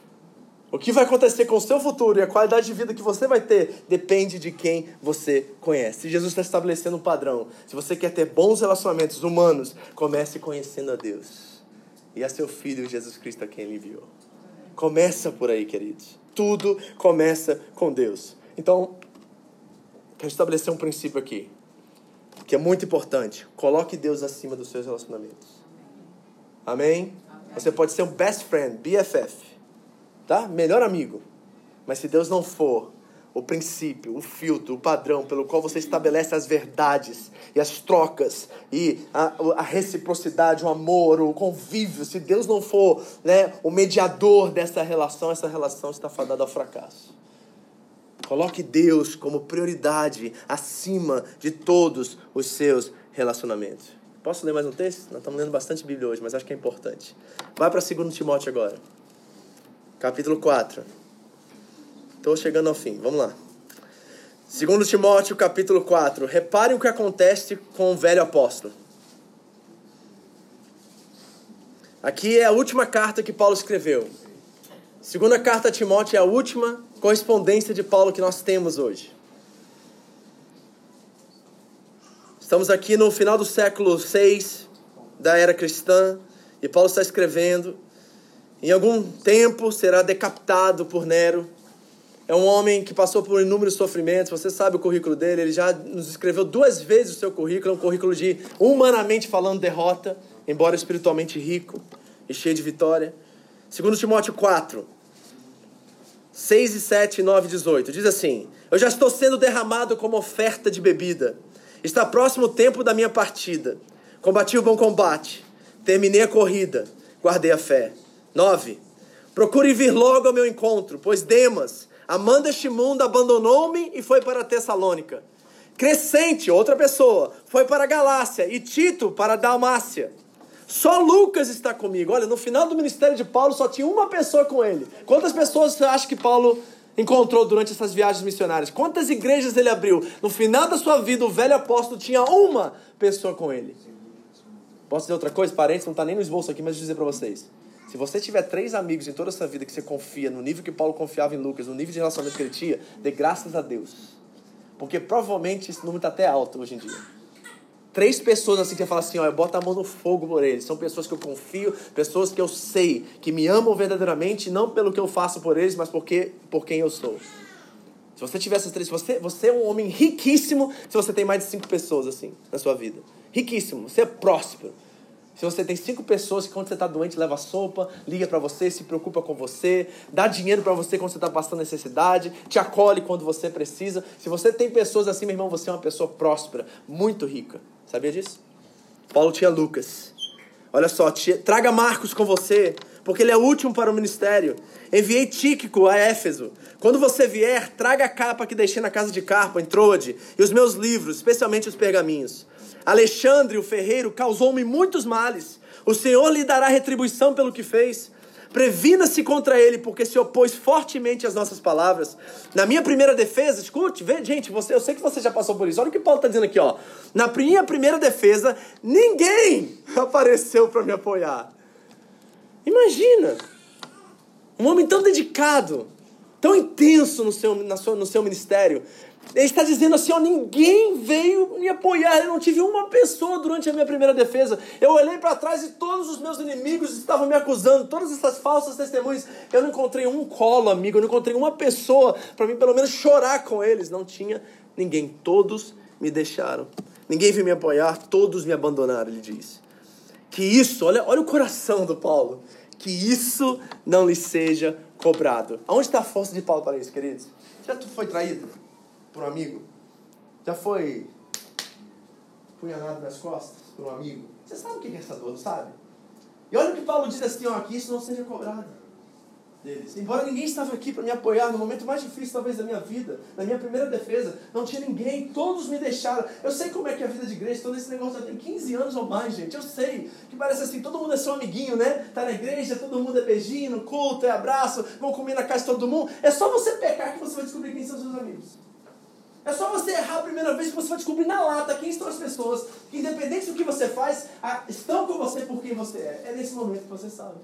O que vai acontecer com o seu futuro e a qualidade de vida que você vai ter depende de quem você conhece. E Jesus está estabelecendo um padrão. Se você quer ter bons relacionamentos humanos, comece conhecendo a Deus. E a seu Filho, Jesus Cristo, a quem Ele enviou. Começa por aí, queridos. Tudo começa com Deus. Então, quero estabelecer um princípio aqui, que é muito importante. Coloque Deus acima dos seus relacionamentos. Amém? Você pode ser um best friend, BFF, tá? Melhor amigo. Mas se Deus não for o princípio, o filtro, o padrão pelo qual você estabelece as verdades e as trocas e a reciprocidade, o amor, o convívio, se Deus não for, né, o mediador dessa relação, essa relação está fadada ao fracasso. Coloque Deus como prioridade acima de todos os seus relacionamentos. Posso ler mais um texto? Nós estamos lendo bastante Bíblia hoje, mas acho que é importante. Vai para 2 Timóteo agora. Capítulo 4. Estou chegando ao fim, vamos lá. 2 Timóteo, capítulo 4. Reparem o que acontece com o velho apóstolo. Aqui é a última carta que Paulo escreveu. Segunda carta a Timóteo é a última correspondência de Paulo que nós temos hoje. Estamos aqui no final do século 6 da era cristã, e Paulo está escrevendo. Em algum tempo será decapitado por Nero. É um homem que passou por inúmeros sofrimentos. Você sabe o currículo dele. Ele já nos escreveu 2 vezes o seu currículo. É um currículo de, humanamente falando, derrota, embora espiritualmente rico e cheio de vitória. 2 Timóteo 4, 6 e 7, 9 e 18. Diz assim: eu já estou sendo derramado como oferta de bebida. Está próximo o tempo da minha partida. Combati o bom combate. Terminei a corrida. Guardei a fé. 9. Procure vir logo ao meu encontro, pois Demas, amando este mundo, abandonou-me e foi para Tessalônica. Crescente, outra pessoa, foi para a Galácia, e Tito para a Dalmácia. Só Lucas está comigo. Olha, no final do ministério de Paulo só tinha uma pessoa com ele. Quantas pessoas você acha que Paulo encontrou durante essas viagens missionárias? Quantas igrejas ele abriu? No final da sua vida, o velho apóstolo tinha uma pessoa com ele. Posso dizer outra coisa? Parênteses, não está nem no esboço aqui, mas deixa eu dizer para vocês. Se você tiver 3 amigos em toda a sua vida que você confia, no nível que Paulo confiava em Lucas, no nível de relacionamento que ele tinha, dê graças a Deus. Porque provavelmente esse número está até alto hoje em dia. 3 pessoas assim que eu falo assim, eu boto a mão no fogo por eles. São pessoas que eu confio, pessoas que eu sei que me amam verdadeiramente, não pelo que eu faço por eles, mas por quem eu sou. Se você tiver essas 3, você é um homem riquíssimo se você tem mais de 5 pessoas assim na sua vida. Riquíssimo, você é próspero. Se você tem 5 pessoas que quando você está doente leva sopa, liga para você, se preocupa com você, dá dinheiro para você quando você está passando necessidade, te acolhe quando você precisa. Se você tem pessoas assim, meu irmão, você é uma pessoa próspera, muito rica. Sabia disso? Paulo tinha Lucas. Olha só, traga Marcos com você, porque ele é o último para o ministério. Enviei Tíquico a Éfeso. Quando você vier, traga a capa que deixei na casa de Carpo, em Troade, e os meus livros, especialmente os pergaminhos. Alexandre, o ferreiro, causou-me muitos males. O Senhor lhe dará retribuição pelo que fez. Previna-se contra ele, porque se opôs fortemente às nossas palavras. Na minha primeira defesa, escute, gente, eu sei que você já passou por isso. Olha o que Paulo está dizendo aqui, ó. Na minha primeira defesa, ninguém apareceu para me apoiar. Imagina, um homem tão dedicado, tão intenso no seu ministério. Ele está dizendo assim, ninguém veio me apoiar, eu não tive uma pessoa durante a minha primeira defesa. Eu olhei para trás e todos os meus inimigos estavam me acusando, todas essas falsas testemunhas. Eu não encontrei um colo amigo, eu não encontrei uma pessoa para mim pelo menos chorar com eles. Não tinha ninguém, todos me deixaram. Ninguém veio me apoiar, todos me abandonaram, ele diz. Que isso, olha o coração do Paulo, que isso não lhe seja cobrado. Aonde está a força de Paulo para isso, queridos? Já foi traído por um amigo? Já foi punhalado nas costas por um amigo? Você sabe o que é essa dor, não sabe? E olha o que Paulo diz assim, que isso não seja cobrado deles. Embora ninguém estava aqui para me apoiar no momento mais difícil talvez da minha vida, na minha primeira defesa, não tinha ninguém, todos me deixaram. Eu sei como é que é a vida de igreja, todo esse negócio já tem 15 anos ou mais, gente. Eu sei que parece assim, todo mundo é seu amiguinho, né? Tá na igreja, todo mundo é beijinho, no culto, é abraço, vão comer na casa de todo mundo. É só você pecar que você vai descobrir quem são seus amigos. É só você errar a primeira vez que você vai descobrir na lata quem estão as pessoas que, independente do que você faz, estão com você por quem você é. É nesse momento que você sabe.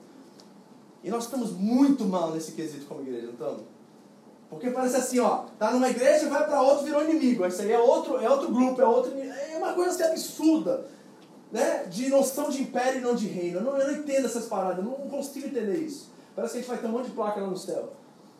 E nós estamos muito mal nesse quesito como igreja, não estamos? Porque parece assim, tá numa igreja, vai para outra, virou inimigo. Isso aí é outro grupo, é uma coisa assim absurda, né? De noção de império e não de reino. Eu não entendo essas paradas, eu não consigo entender isso. Parece que a gente vai ter um monte de placa lá no céu.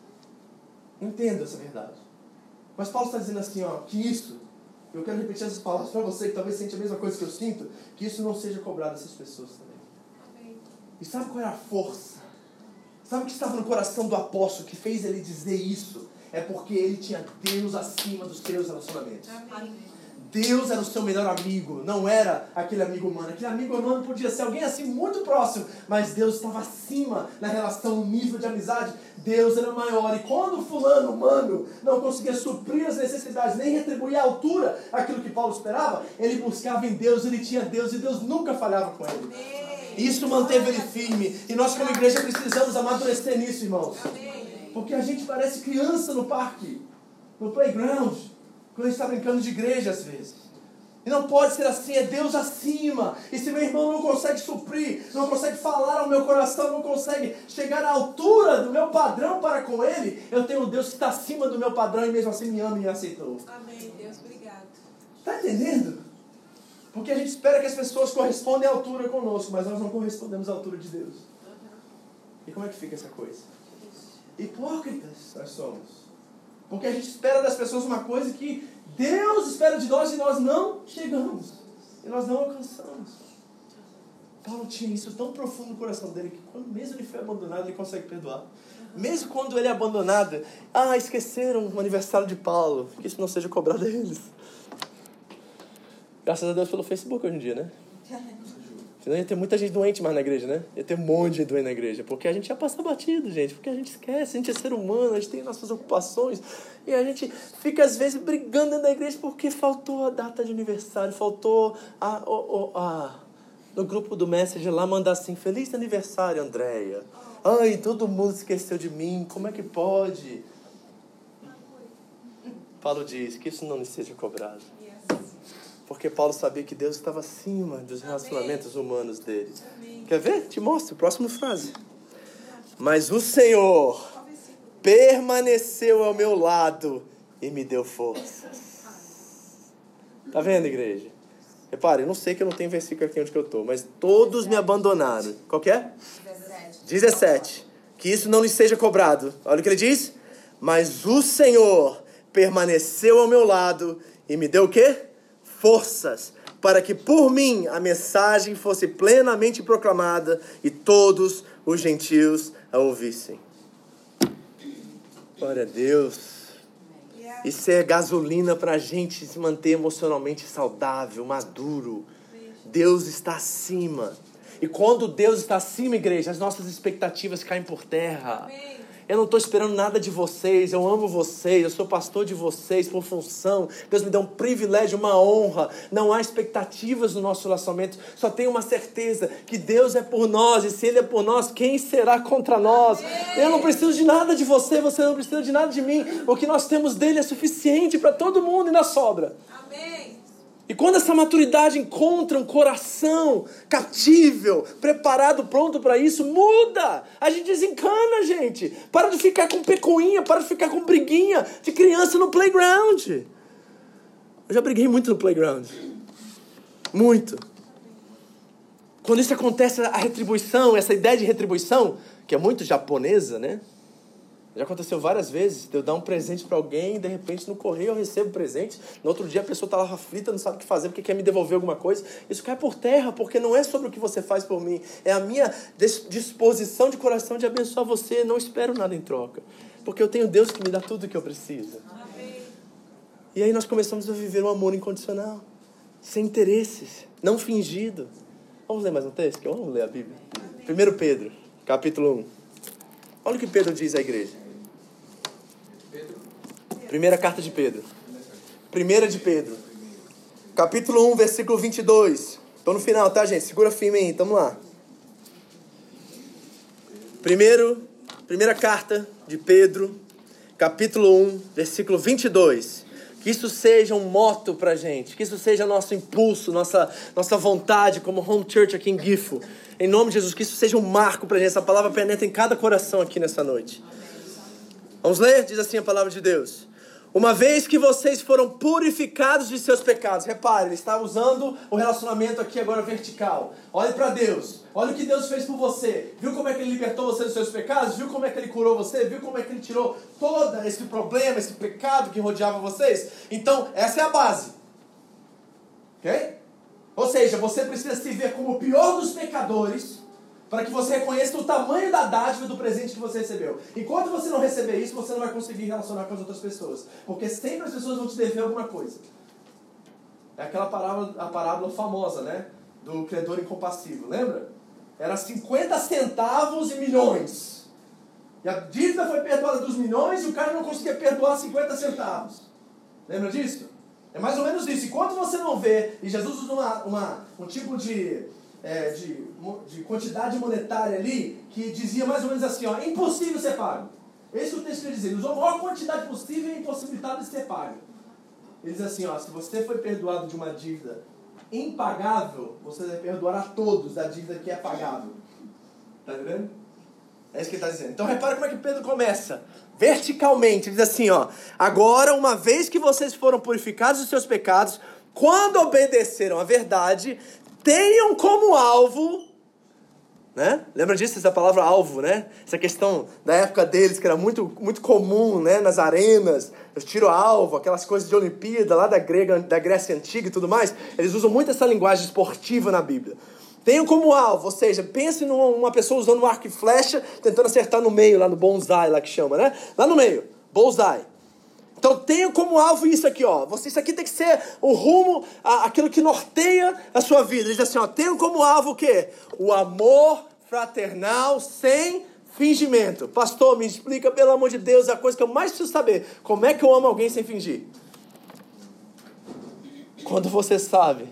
Não entendo essa verdade. Mas Paulo está dizendo assim, que isso, eu quero repetir essas palavras para você, que talvez sente a mesma coisa que eu sinto, que isso não seja cobrado dessas pessoas também. Amém. E sabe qual é a força? Sabe o que estava no coração do apóstolo que fez ele dizer isso? É porque ele tinha Deus acima dos seus relacionamentos. Amém. Deus era o seu melhor amigo, não era aquele amigo humano. Aquele amigo humano podia ser alguém assim muito próximo, mas Deus estava acima na relação, no nível de amizade. Deus era maior. E quando o fulano humano não conseguia suprir as necessidades, nem retribuir à altura aquilo que Paulo esperava, ele buscava em Deus, ele tinha Deus e Deus nunca falhava com ele. Isso manteve ele firme. E nós como igreja precisamos amadurecer nisso, irmãos. Porque a gente parece criança no parque, no playground, quando a gente está brincando de igreja às vezes. E não pode ser assim, é Deus acima. E se meu irmão não consegue suprir, não consegue falar ao meu coração, não consegue chegar à altura do meu padrão para com ele, eu tenho um Deus que está acima do meu padrão e mesmo assim me ama e me aceitou. Amém, Deus, obrigado. Está entendendo? Porque a gente espera que as pessoas correspondem à altura conosco, mas nós não correspondemos à altura de Deus. E como é que fica essa coisa? Hipócritas nós somos. Porque a gente espera das pessoas uma coisa que Deus espera de nós e nós não chegamos. E nós não alcançamos. Paulo tinha isso tão profundo no coração dele que quando mesmo ele foi abandonado, ele consegue perdoar. Mesmo quando ele é abandonado, esqueceram o aniversário de Paulo. Que isso não seja cobrado a eles. Graças a Deus pelo Facebook hoje em dia, né? Senão ia ter muita gente doente mais na igreja, né? Ia ter um monte de gente doente na igreja. Porque a gente já passa batido, gente. Porque a gente esquece, a gente é ser humano, a gente tem nossas ocupações. E a gente fica, às vezes, brigando dentro da igreja porque faltou a data de aniversário, faltou no grupo do Messenger lá mandar assim, feliz aniversário, Andréia. Ai, todo mundo esqueceu de mim, como é que pode? Paulo diz que isso não lhe seja cobrado. Porque Paulo sabia que Deus estava acima dos relacionamentos humanos dele. Amém. Quer ver? Te mostro, próxima frase. Mas o Senhor permaneceu ao meu lado e me deu forças. Tá vendo, igreja? Repare, eu não sei que eu não tenho versículo aqui onde que eu estou, mas todos me abandonaram. Qual que é? 17. Que isso não lhe seja cobrado. Olha o que ele diz. Mas o Senhor permaneceu ao meu lado e me deu o quê? Forças, para que por mim a mensagem fosse plenamente proclamada e todos os gentios a ouvissem. Glória a Deus. Isso é gasolina para a gente se manter emocionalmente saudável, maduro. Deus está acima. E quando Deus está acima, igreja, as nossas expectativas caem por terra. Eu não estou esperando nada de vocês, eu amo vocês, eu sou pastor de vocês por função. Deus me deu um privilégio, uma honra. Não há expectativas no nosso relacionamento, só tem uma certeza, que Deus é por nós. E se Ele é por nós, quem será contra nós? Eu não preciso de nada de você, você não precisa de nada de mim. O que nós temos dele é suficiente para todo mundo e na sobra. Amém. E quando essa maturidade encontra um coração captível, preparado, pronto para isso, muda. A gente desencana, gente. Para de ficar com pecuinha, para de ficar com briguinha de criança no playground. Eu já briguei muito no playground. Muito. Quando isso acontece, a retribuição, essa ideia de retribuição, que é muito japonesa, né? Já aconteceu várias vezes, de eu dar um presente para alguém e de repente no correio eu recebo presente. No outro dia a pessoa está lá aflita, não sabe o que fazer porque quer me devolver alguma coisa. Isso cai por terra, porque não é sobre o que você faz por mim. É a minha disposição de coração de abençoar você. Não espero nada em troca, porque eu tenho Deus que me dá tudo o que eu preciso. Amém. E aí nós começamos a viver um amor incondicional, sem interesses, não fingido. Vamos ler mais um texto? Vamos ler a Bíblia. 1 Pedro, capítulo 1. Olha o que Pedro diz à igreja. Primeira carta de Pedro. Primeira de Pedro. Capítulo 1, versículo 22. Estou no final, tá, gente? Segura firme aí, tamo lá. Primeira carta de Pedro, capítulo 1, versículo 22. Que isso seja um moto pra gente. Que isso seja nosso impulso, nossa vontade como Home Church aqui em Gifo. Em nome de Jesus, que isso seja um marco pra gente. Essa palavra penetra em cada coração aqui nessa noite. Vamos ler? Diz assim a palavra de Deus. Uma vez que vocês foram purificados de seus pecados. Repare, ele está usando o relacionamento aqui agora vertical. Olhe para Deus. Olha o que Deus fez por você. Viu como é que Ele libertou você dos seus pecados? Viu como é que Ele curou você? Viu como é que Ele tirou todo esse problema, esse pecado que rodeava vocês? Então, essa é a base. Ok? Ou seja, você precisa se ver como o pior dos pecadores para que você reconheça o tamanho da dádiva do presente que você recebeu. Enquanto você não receber isso, você não vai conseguir relacionar com as outras pessoas. Porque sempre as pessoas vão te dever alguma coisa. É aquela parábola famosa, né? Do credor incompassível, lembra? Era 50 centavos e milhões. E a dívida foi perdoada dos milhões e o cara não conseguia perdoar 50 centavos. Lembra disso? É mais ou menos isso. Enquanto você não vê, e Jesus usa um tipo de quantidade monetária ali, que dizia mais ou menos assim, ó, impossível ser pago. Esse que o texto quer dizer. Ele usou a maior quantidade possível e impossibilitada de ser pago. Ele diz assim, ó, se você foi perdoado de uma dívida impagável, você vai perdoar a todos da dívida que é pagável. Tá entendendo? É isso que ele está dizendo. Então repara como é que Pedro começa. Verticalmente, ele diz assim, ó, agora, uma vez que vocês foram purificados dos seus pecados, quando obedeceram à verdade, tenham como alvo, né? Lembra disso, essa palavra alvo, né? Essa questão da época deles, que era muito, muito comum, né? Nas arenas, os tiro-alvo, aquelas coisas de Olimpíada, lá da Grécia Antiga e tudo mais. Eles usam muito essa linguagem esportiva na Bíblia. Tenham como alvo, ou seja, pense numa pessoa usando um arco e flecha, tentando acertar no meio, lá no bonsai, lá que chama, né? Lá no meio, bullseye. Então tenha como alvo isso aqui, ó. Isso aqui tem que ser o rumo, aquilo que norteia a sua vida. Ele diz assim, ó, tenha como alvo o quê? O amor fraternal sem fingimento. Pastor, me explica, pelo amor de Deus, a coisa que eu mais preciso saber. Como é que eu amo alguém sem fingir? Quando você sabe.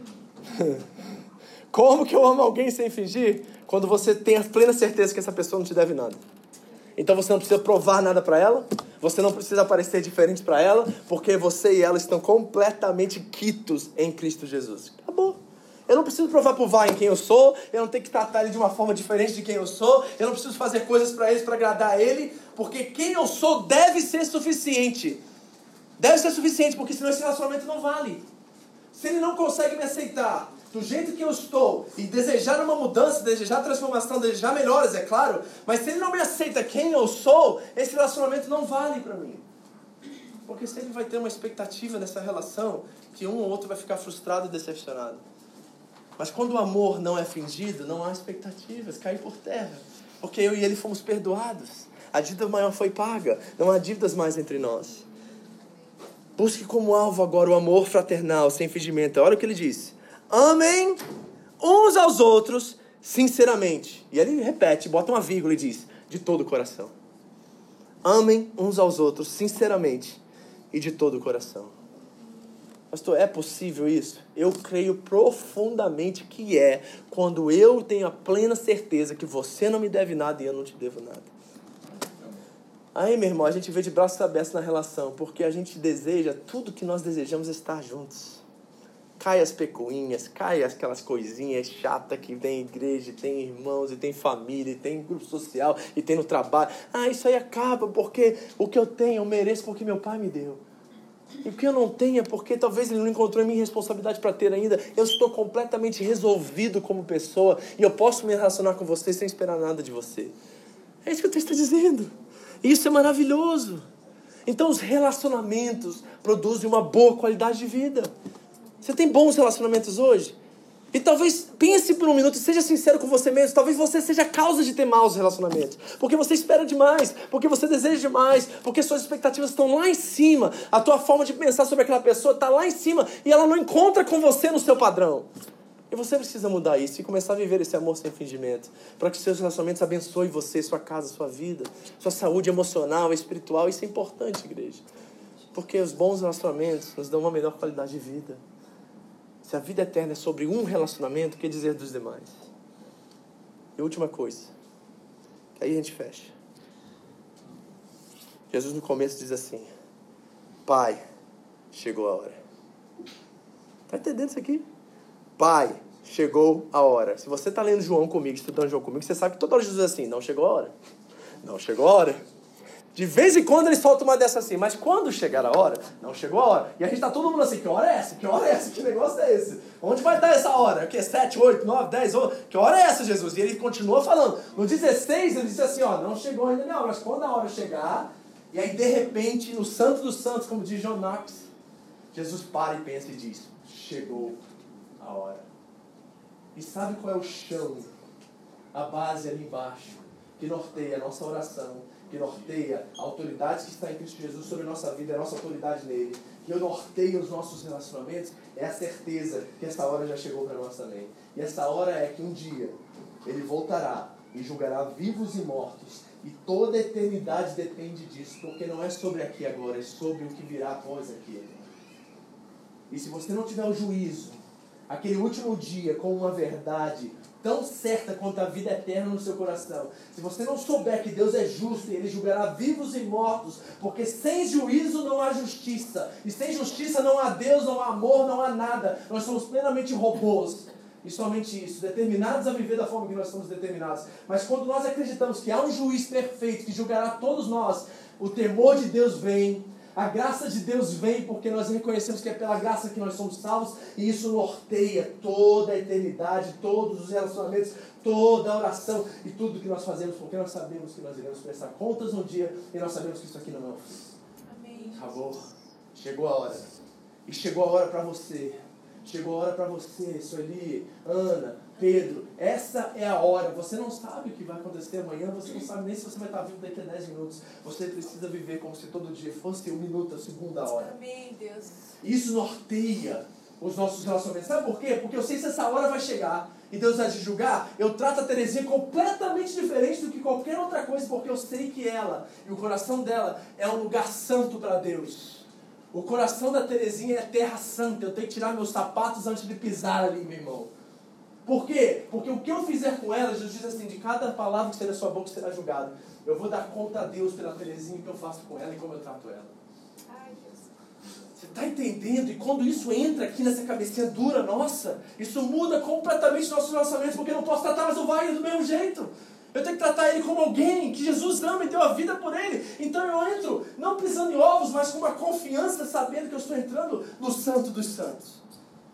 Como que eu amo alguém sem fingir? Quando você tem a plena certeza que essa pessoa não te deve nada. Então você não precisa provar nada para ela, você não precisa parecer diferente para ela, porque você e ela estão completamente quitos em Cristo Jesus. Acabou. Eu não preciso provar pro Vai em quem eu sou, eu não tenho que tratar ele de uma forma diferente de quem eu sou, eu não preciso fazer coisas para eles para agradar a ele, porque quem eu sou deve ser suficiente. Deve ser suficiente, porque senão esse relacionamento não vale. se ele não consegue me aceitar do jeito que eu estou e desejar uma mudança, desejar transformação, desejar melhoras, é claro, mas se ele não me aceita quem eu sou, esse relacionamento não vale para mim. Porque sempre vai ter uma expectativa nessa relação que um ou outro vai ficar frustrado e decepcionado. Mas quando o amor não é fingido, não há expectativas, cai por terra. Porque eu e ele fomos perdoados. A dívida maior foi paga, não há dívidas mais entre nós. Busque como alvo agora o amor fraternal, sem fingimento. Olha o que ele disse. Amem uns aos outros sinceramente. E ele repete, bota uma vírgula e diz, de todo o coração. Amem uns aos outros sinceramente e de todo o coração. Pastor, é possível isso? Eu creio profundamente que é, quando eu tenho a plena certeza que você não me deve nada e eu não te devo nada. Aí, meu irmão, a gente vê de braços abertos na relação, porque a gente deseja, tudo que nós desejamos é estar juntos. Cai as pecuinhas, cai aquelas coisinhas chatas que tem igreja, tem irmãos, e tem família, e tem grupo social, e tem no trabalho. Isso aí acaba, porque o que eu tenho eu mereço porque meu pai me deu. E o que eu não tenho é porque talvez ele não encontrou em mim responsabilidade para ter ainda. Eu estou completamente resolvido como pessoa e eu posso me relacionar com você sem esperar nada de você. É isso que o texto está dizendo. E isso é maravilhoso. Então os relacionamentos produzem uma boa qualidade de vida. Você tem bons relacionamentos hoje? E talvez pense por um minuto e seja sincero com você mesmo. Talvez você seja a causa de ter maus relacionamentos. Porque você espera demais. Porque você deseja demais. Porque suas expectativas estão lá em cima. A tua forma de pensar sobre aquela pessoa está lá em cima. E ela não encontra com você no seu padrão. E você precisa mudar isso e começar a viver esse amor sem fingimento. Para que seus relacionamentos abençoem você, sua casa, sua vida. Sua saúde emocional, espiritual. Isso é importante, igreja. Porque os bons relacionamentos nos dão uma melhor qualidade de vida. Se a vida eterna é sobre um relacionamento, o que dizer dos demais? E última coisa, que aí a gente fecha. Jesus no começo diz assim, Pai, chegou a hora. Está entendendo isso aqui? Pai, chegou a hora. Se você está lendo João comigo, estudando João comigo, você sabe que toda hora Jesus diz assim, não chegou a hora. Não chegou a hora. De vez em quando ele solta uma dessa assim, mas quando chegar a hora, não chegou a hora. E a gente tá todo mundo assim, que hora é essa? Que hora é essa? Que negócio é esse? Onde vai estar essa hora? O que? 7, 8, 9, 10, 11? Que hora é essa, Jesus? E ele continua falando. No 16 ele disse assim, não chegou ainda não, mas quando a hora chegar, e aí de repente, no Santo dos Santos, como diz John Knox, Jesus para e pensa e diz, chegou a hora. E sabe qual é o chão, a base ali embaixo, que norteia a nossa oração, que norteia a autoridade que está em Cristo Jesus sobre a nossa vida, a nossa autoridade nele, que norteia os nossos relacionamentos, é a certeza que essa hora já chegou para nós também. E essa hora é que um dia ele voltará e julgará vivos e mortos, e toda a eternidade depende disso, porque não é sobre aqui agora, é sobre o que virá após aqui. E se você não tiver o juízo, aquele último dia com uma verdade tão certa quanto a vida eterna no seu coração, se você não souber que Deus é justo e Ele julgará vivos e mortos, porque sem juízo não há justiça, e sem justiça não há Deus, não há amor, não há nada, nós somos plenamente robôs, e somente isso, determinados a viver da forma que nós somos determinados. Mas quando nós acreditamos que há um juiz perfeito que julgará todos nós, o temor de Deus vem, a graça de Deus vem, porque nós reconhecemos que é pela graça que nós somos salvos, e isso norteia toda a eternidade, todos os relacionamentos, toda a oração e tudo que nós fazemos, porque nós sabemos que nós iremos prestar contas um dia, e nós sabemos que isso aqui não é o fim. Amém. Acabou. Chegou a hora. E chegou a hora para você. Chegou a hora para você, Sueli, Ana, Pedro. Essa é a hora. Você não sabe o que vai acontecer amanhã. Você não sabe nem se você vai estar vivo daqui a 10 minutos. Você precisa viver como se todo dia fosse 1 minuto, a segunda hora. Amém, Deus. Isso norteia os nossos relacionamentos. Sabe por quê? Porque eu sei se essa hora vai chegar e Deus vai te julgar. Eu trato a Terezinha completamente diferente do que qualquer outra coisa, porque eu sei que ela e o coração dela é um lugar santo para Deus. O coração da Terezinha é terra santa. Eu tenho que tirar meus sapatos antes de pisar ali, meu irmão. Por quê? Porque o que eu fizer com ela, Jesus diz assim, de cada palavra que sair da sua boca será julgado. Eu vou dar conta a Deus pela Terezinha que eu faço com ela e como eu trato ela. Ai, Deus. Você está entendendo? E quando isso entra aqui nessa cabecinha dura, nossa, isso muda completamente nossos relacionamentos, porque eu não posso tratar mais o Wagner do mesmo jeito. Eu tenho que tratar ele como alguém que Jesus ama e deu a vida por ele. Então eu entro, não pisando em ovos, mas com uma confiança, sabendo que eu estou entrando no Santo dos Santos.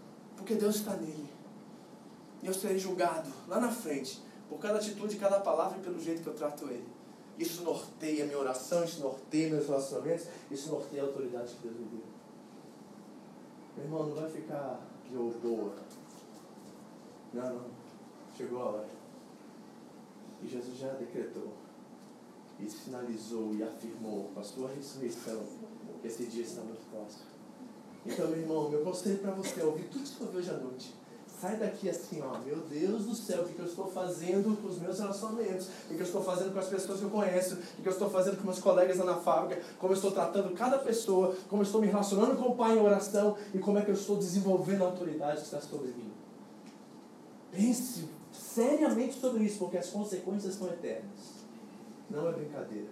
Porque Deus está nele. E eu serei julgado lá na frente por cada atitude, cada palavra e pelo jeito que eu trato ele. Isso norteia a minha oração, isso norteia meus relacionamentos, isso norteia a autoridade que Deus me deu. Meu irmão, não vai ficar de boa. Não. Chegou a hora. E Jesus já decretou, e sinalizou e afirmou com a sua ressurreição que esse dia está muito próximo. Então, meu irmão, meu conselho para você é ouvir tudo isso que eu vi hoje à noite. Sai daqui assim, ó, meu Deus do céu, o que eu estou fazendo com os meus relacionamentos, o que eu estou fazendo com as pessoas que eu conheço, o que eu estou fazendo com meus colegas lá na fábrica, como eu estou tratando cada pessoa, como eu estou me relacionando com o Pai em oração e como é que eu estou desenvolvendo a autoridade que está sobre mim. Pense seriamente sobre isso, porque as consequências são eternas. Não é brincadeira.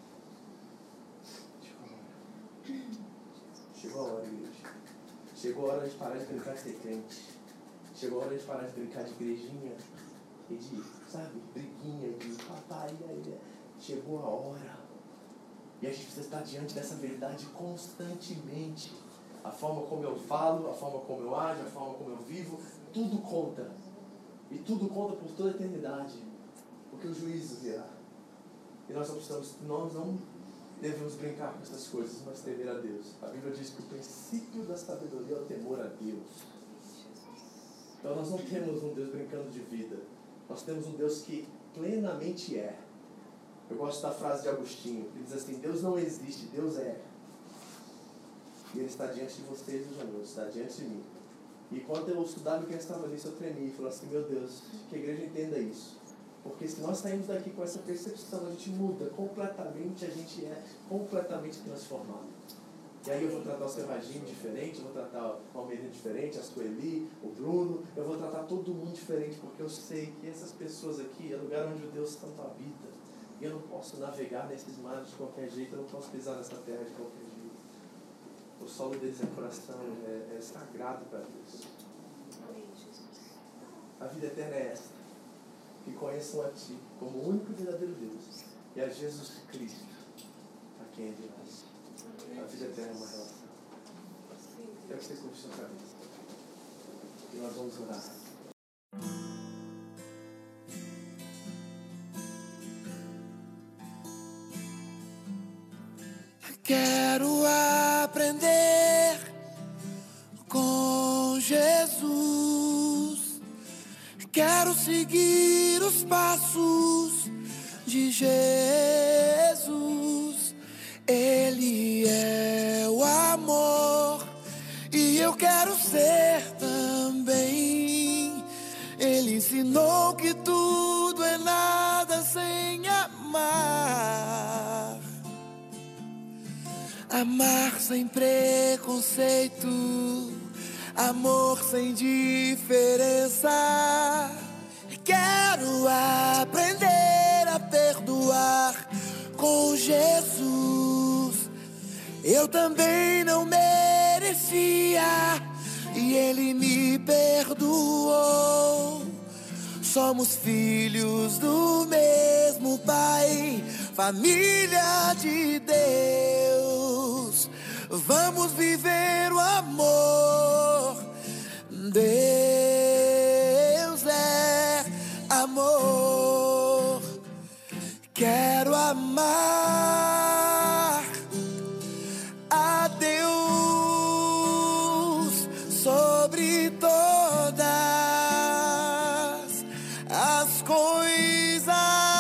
Chegou a hora, igreja. Chegou a hora de parar de brincar de ser crente. Chegou a hora de parar de brincar de igrejinha e de, sabe, briguinha, de papai. Chegou a hora. E a gente precisa estar diante dessa verdade constantemente. A forma como eu falo, a forma como eu ajo, a forma como eu vivo, tudo conta. E tudo conta por toda a eternidade. Porque o juízo virá. E nós não devemos brincar com essas coisas, mas temer a Deus. A Bíblia diz que o princípio da sabedoria é o temor a Deus. Então nós não temos um Deus brincando de vida. Nós temos um Deus que plenamente é. Eu gosto da frase de Agostinho, que diz assim: Deus não existe, Deus é. E Ele está diante de vocês hoje à noite, está diante de mim. E quando eu estudava e pensava nisso, eu tremi e falei assim: meu Deus, que a igreja entenda isso. Porque se nós saímos daqui com essa percepção, a gente muda completamente, a gente é completamente transformado. E aí eu vou tratar o Servagino diferente, eu vou tratar o Palmeirinho diferente, a Sueli, o Bruno, eu vou tratar todo mundo diferente, porque eu sei que essas pessoas aqui é lugar onde o Deus tanto habita. E eu não posso navegar nesses mares de qualquer jeito, eu não posso pisar nessa terra de qualquer jeito. O solo deles é coração, é sagrado para Deus. A vida eterna é essa. Que conheçam a Ti como o único e verdadeiro Deus. E a Jesus Cristo, a quem é de nós. A vida eterna é uma relação. Quero que você curte sua cabeça. E nós vamos orar. Quero aprender com Jesus. Quero seguir os passos de Jesus. Ele é o amor e eu quero ser também. Ele ensinou que tudo é nada sem amar. Amar sem preconceito, amor sem diferença. Quero aprender a perdoar com Jesus. Eu também não merecia e Ele me perdoou. Somos filhos do mesmo Pai, família de Deus. Vamos viver o amor. Deus é amor. Quero amar a Deus sobre todas as coisas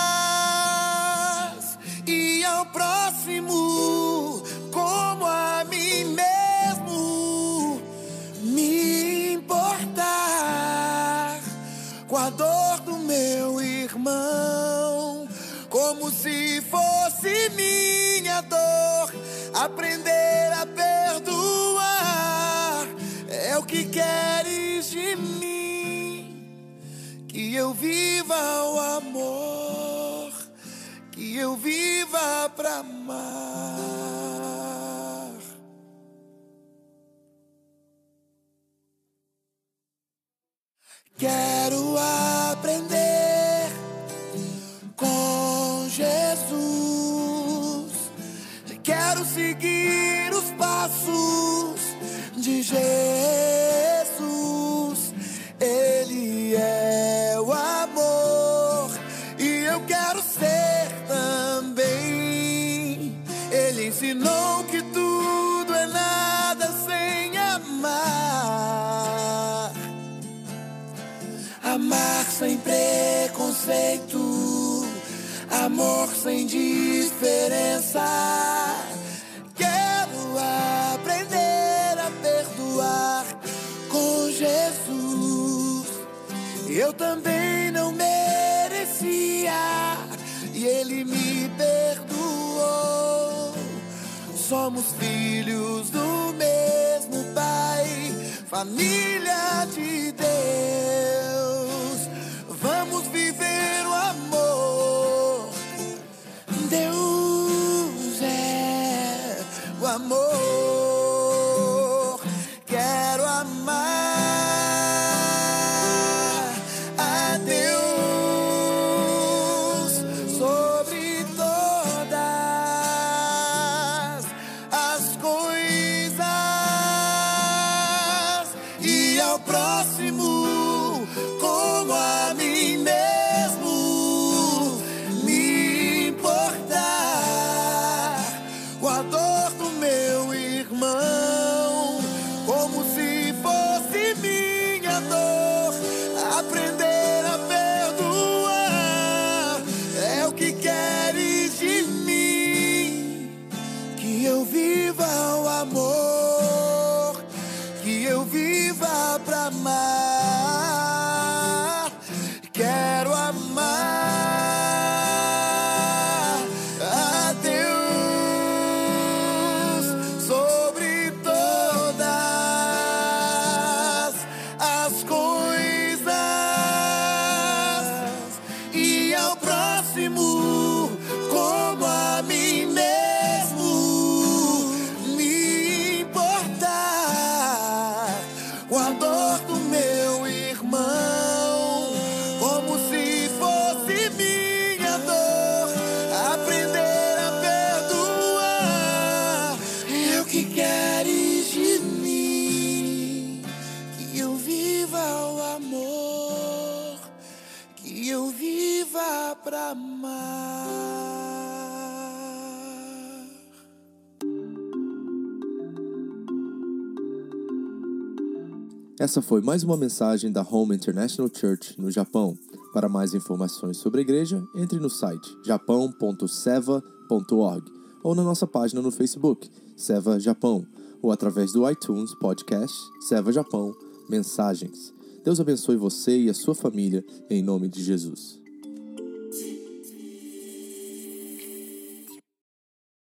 e ao próximo como a mim mesmo. Me importar com a dor do meu irmão, como se fosse minha dor. Aprender a perdoar é o que queres de mim. Que eu viva o amor, que eu viva pra amar. Quero aprender com Jesus. Quero seguir os passos de Jesus. quero ser também. Ele ensinou que tudo é nada sem amar. Amar sem preconceito, amor sem diferença. Quero aprender a perdoar com Jesus. Eu também não merecia e Ele me perdoou. Somos filhos do mesmo Pai, família de Deus. Vamos viver o amor. Deus é o amor. Quero amar a Deus sobre todas as coisas e ao próximo como a mim mesmo. Me importar com a dor do meu irmão, como se fosse minha dor. Aprender a perdoar é o que queres de mim. Que eu viva o amor, que eu viva pra amar. Quero amar a Deus sobre todas as coisas e ao próximo como a mim mesmo. Me importar com a dor do meu irmão, como se fosse minha dor. Aprender a perdoar é o que queres de mim. Que eu viva o amor, que eu viva pra amar. Essa foi mais uma mensagem da Home International Church no Japão. Para mais informações sobre a igreja, entre no site japão.seva.org ou na nossa página no Facebook, Seva Japão, ou através do iTunes Podcast Seva Japão Mensagens. Deus abençoe você e a sua família, em nome de Jesus.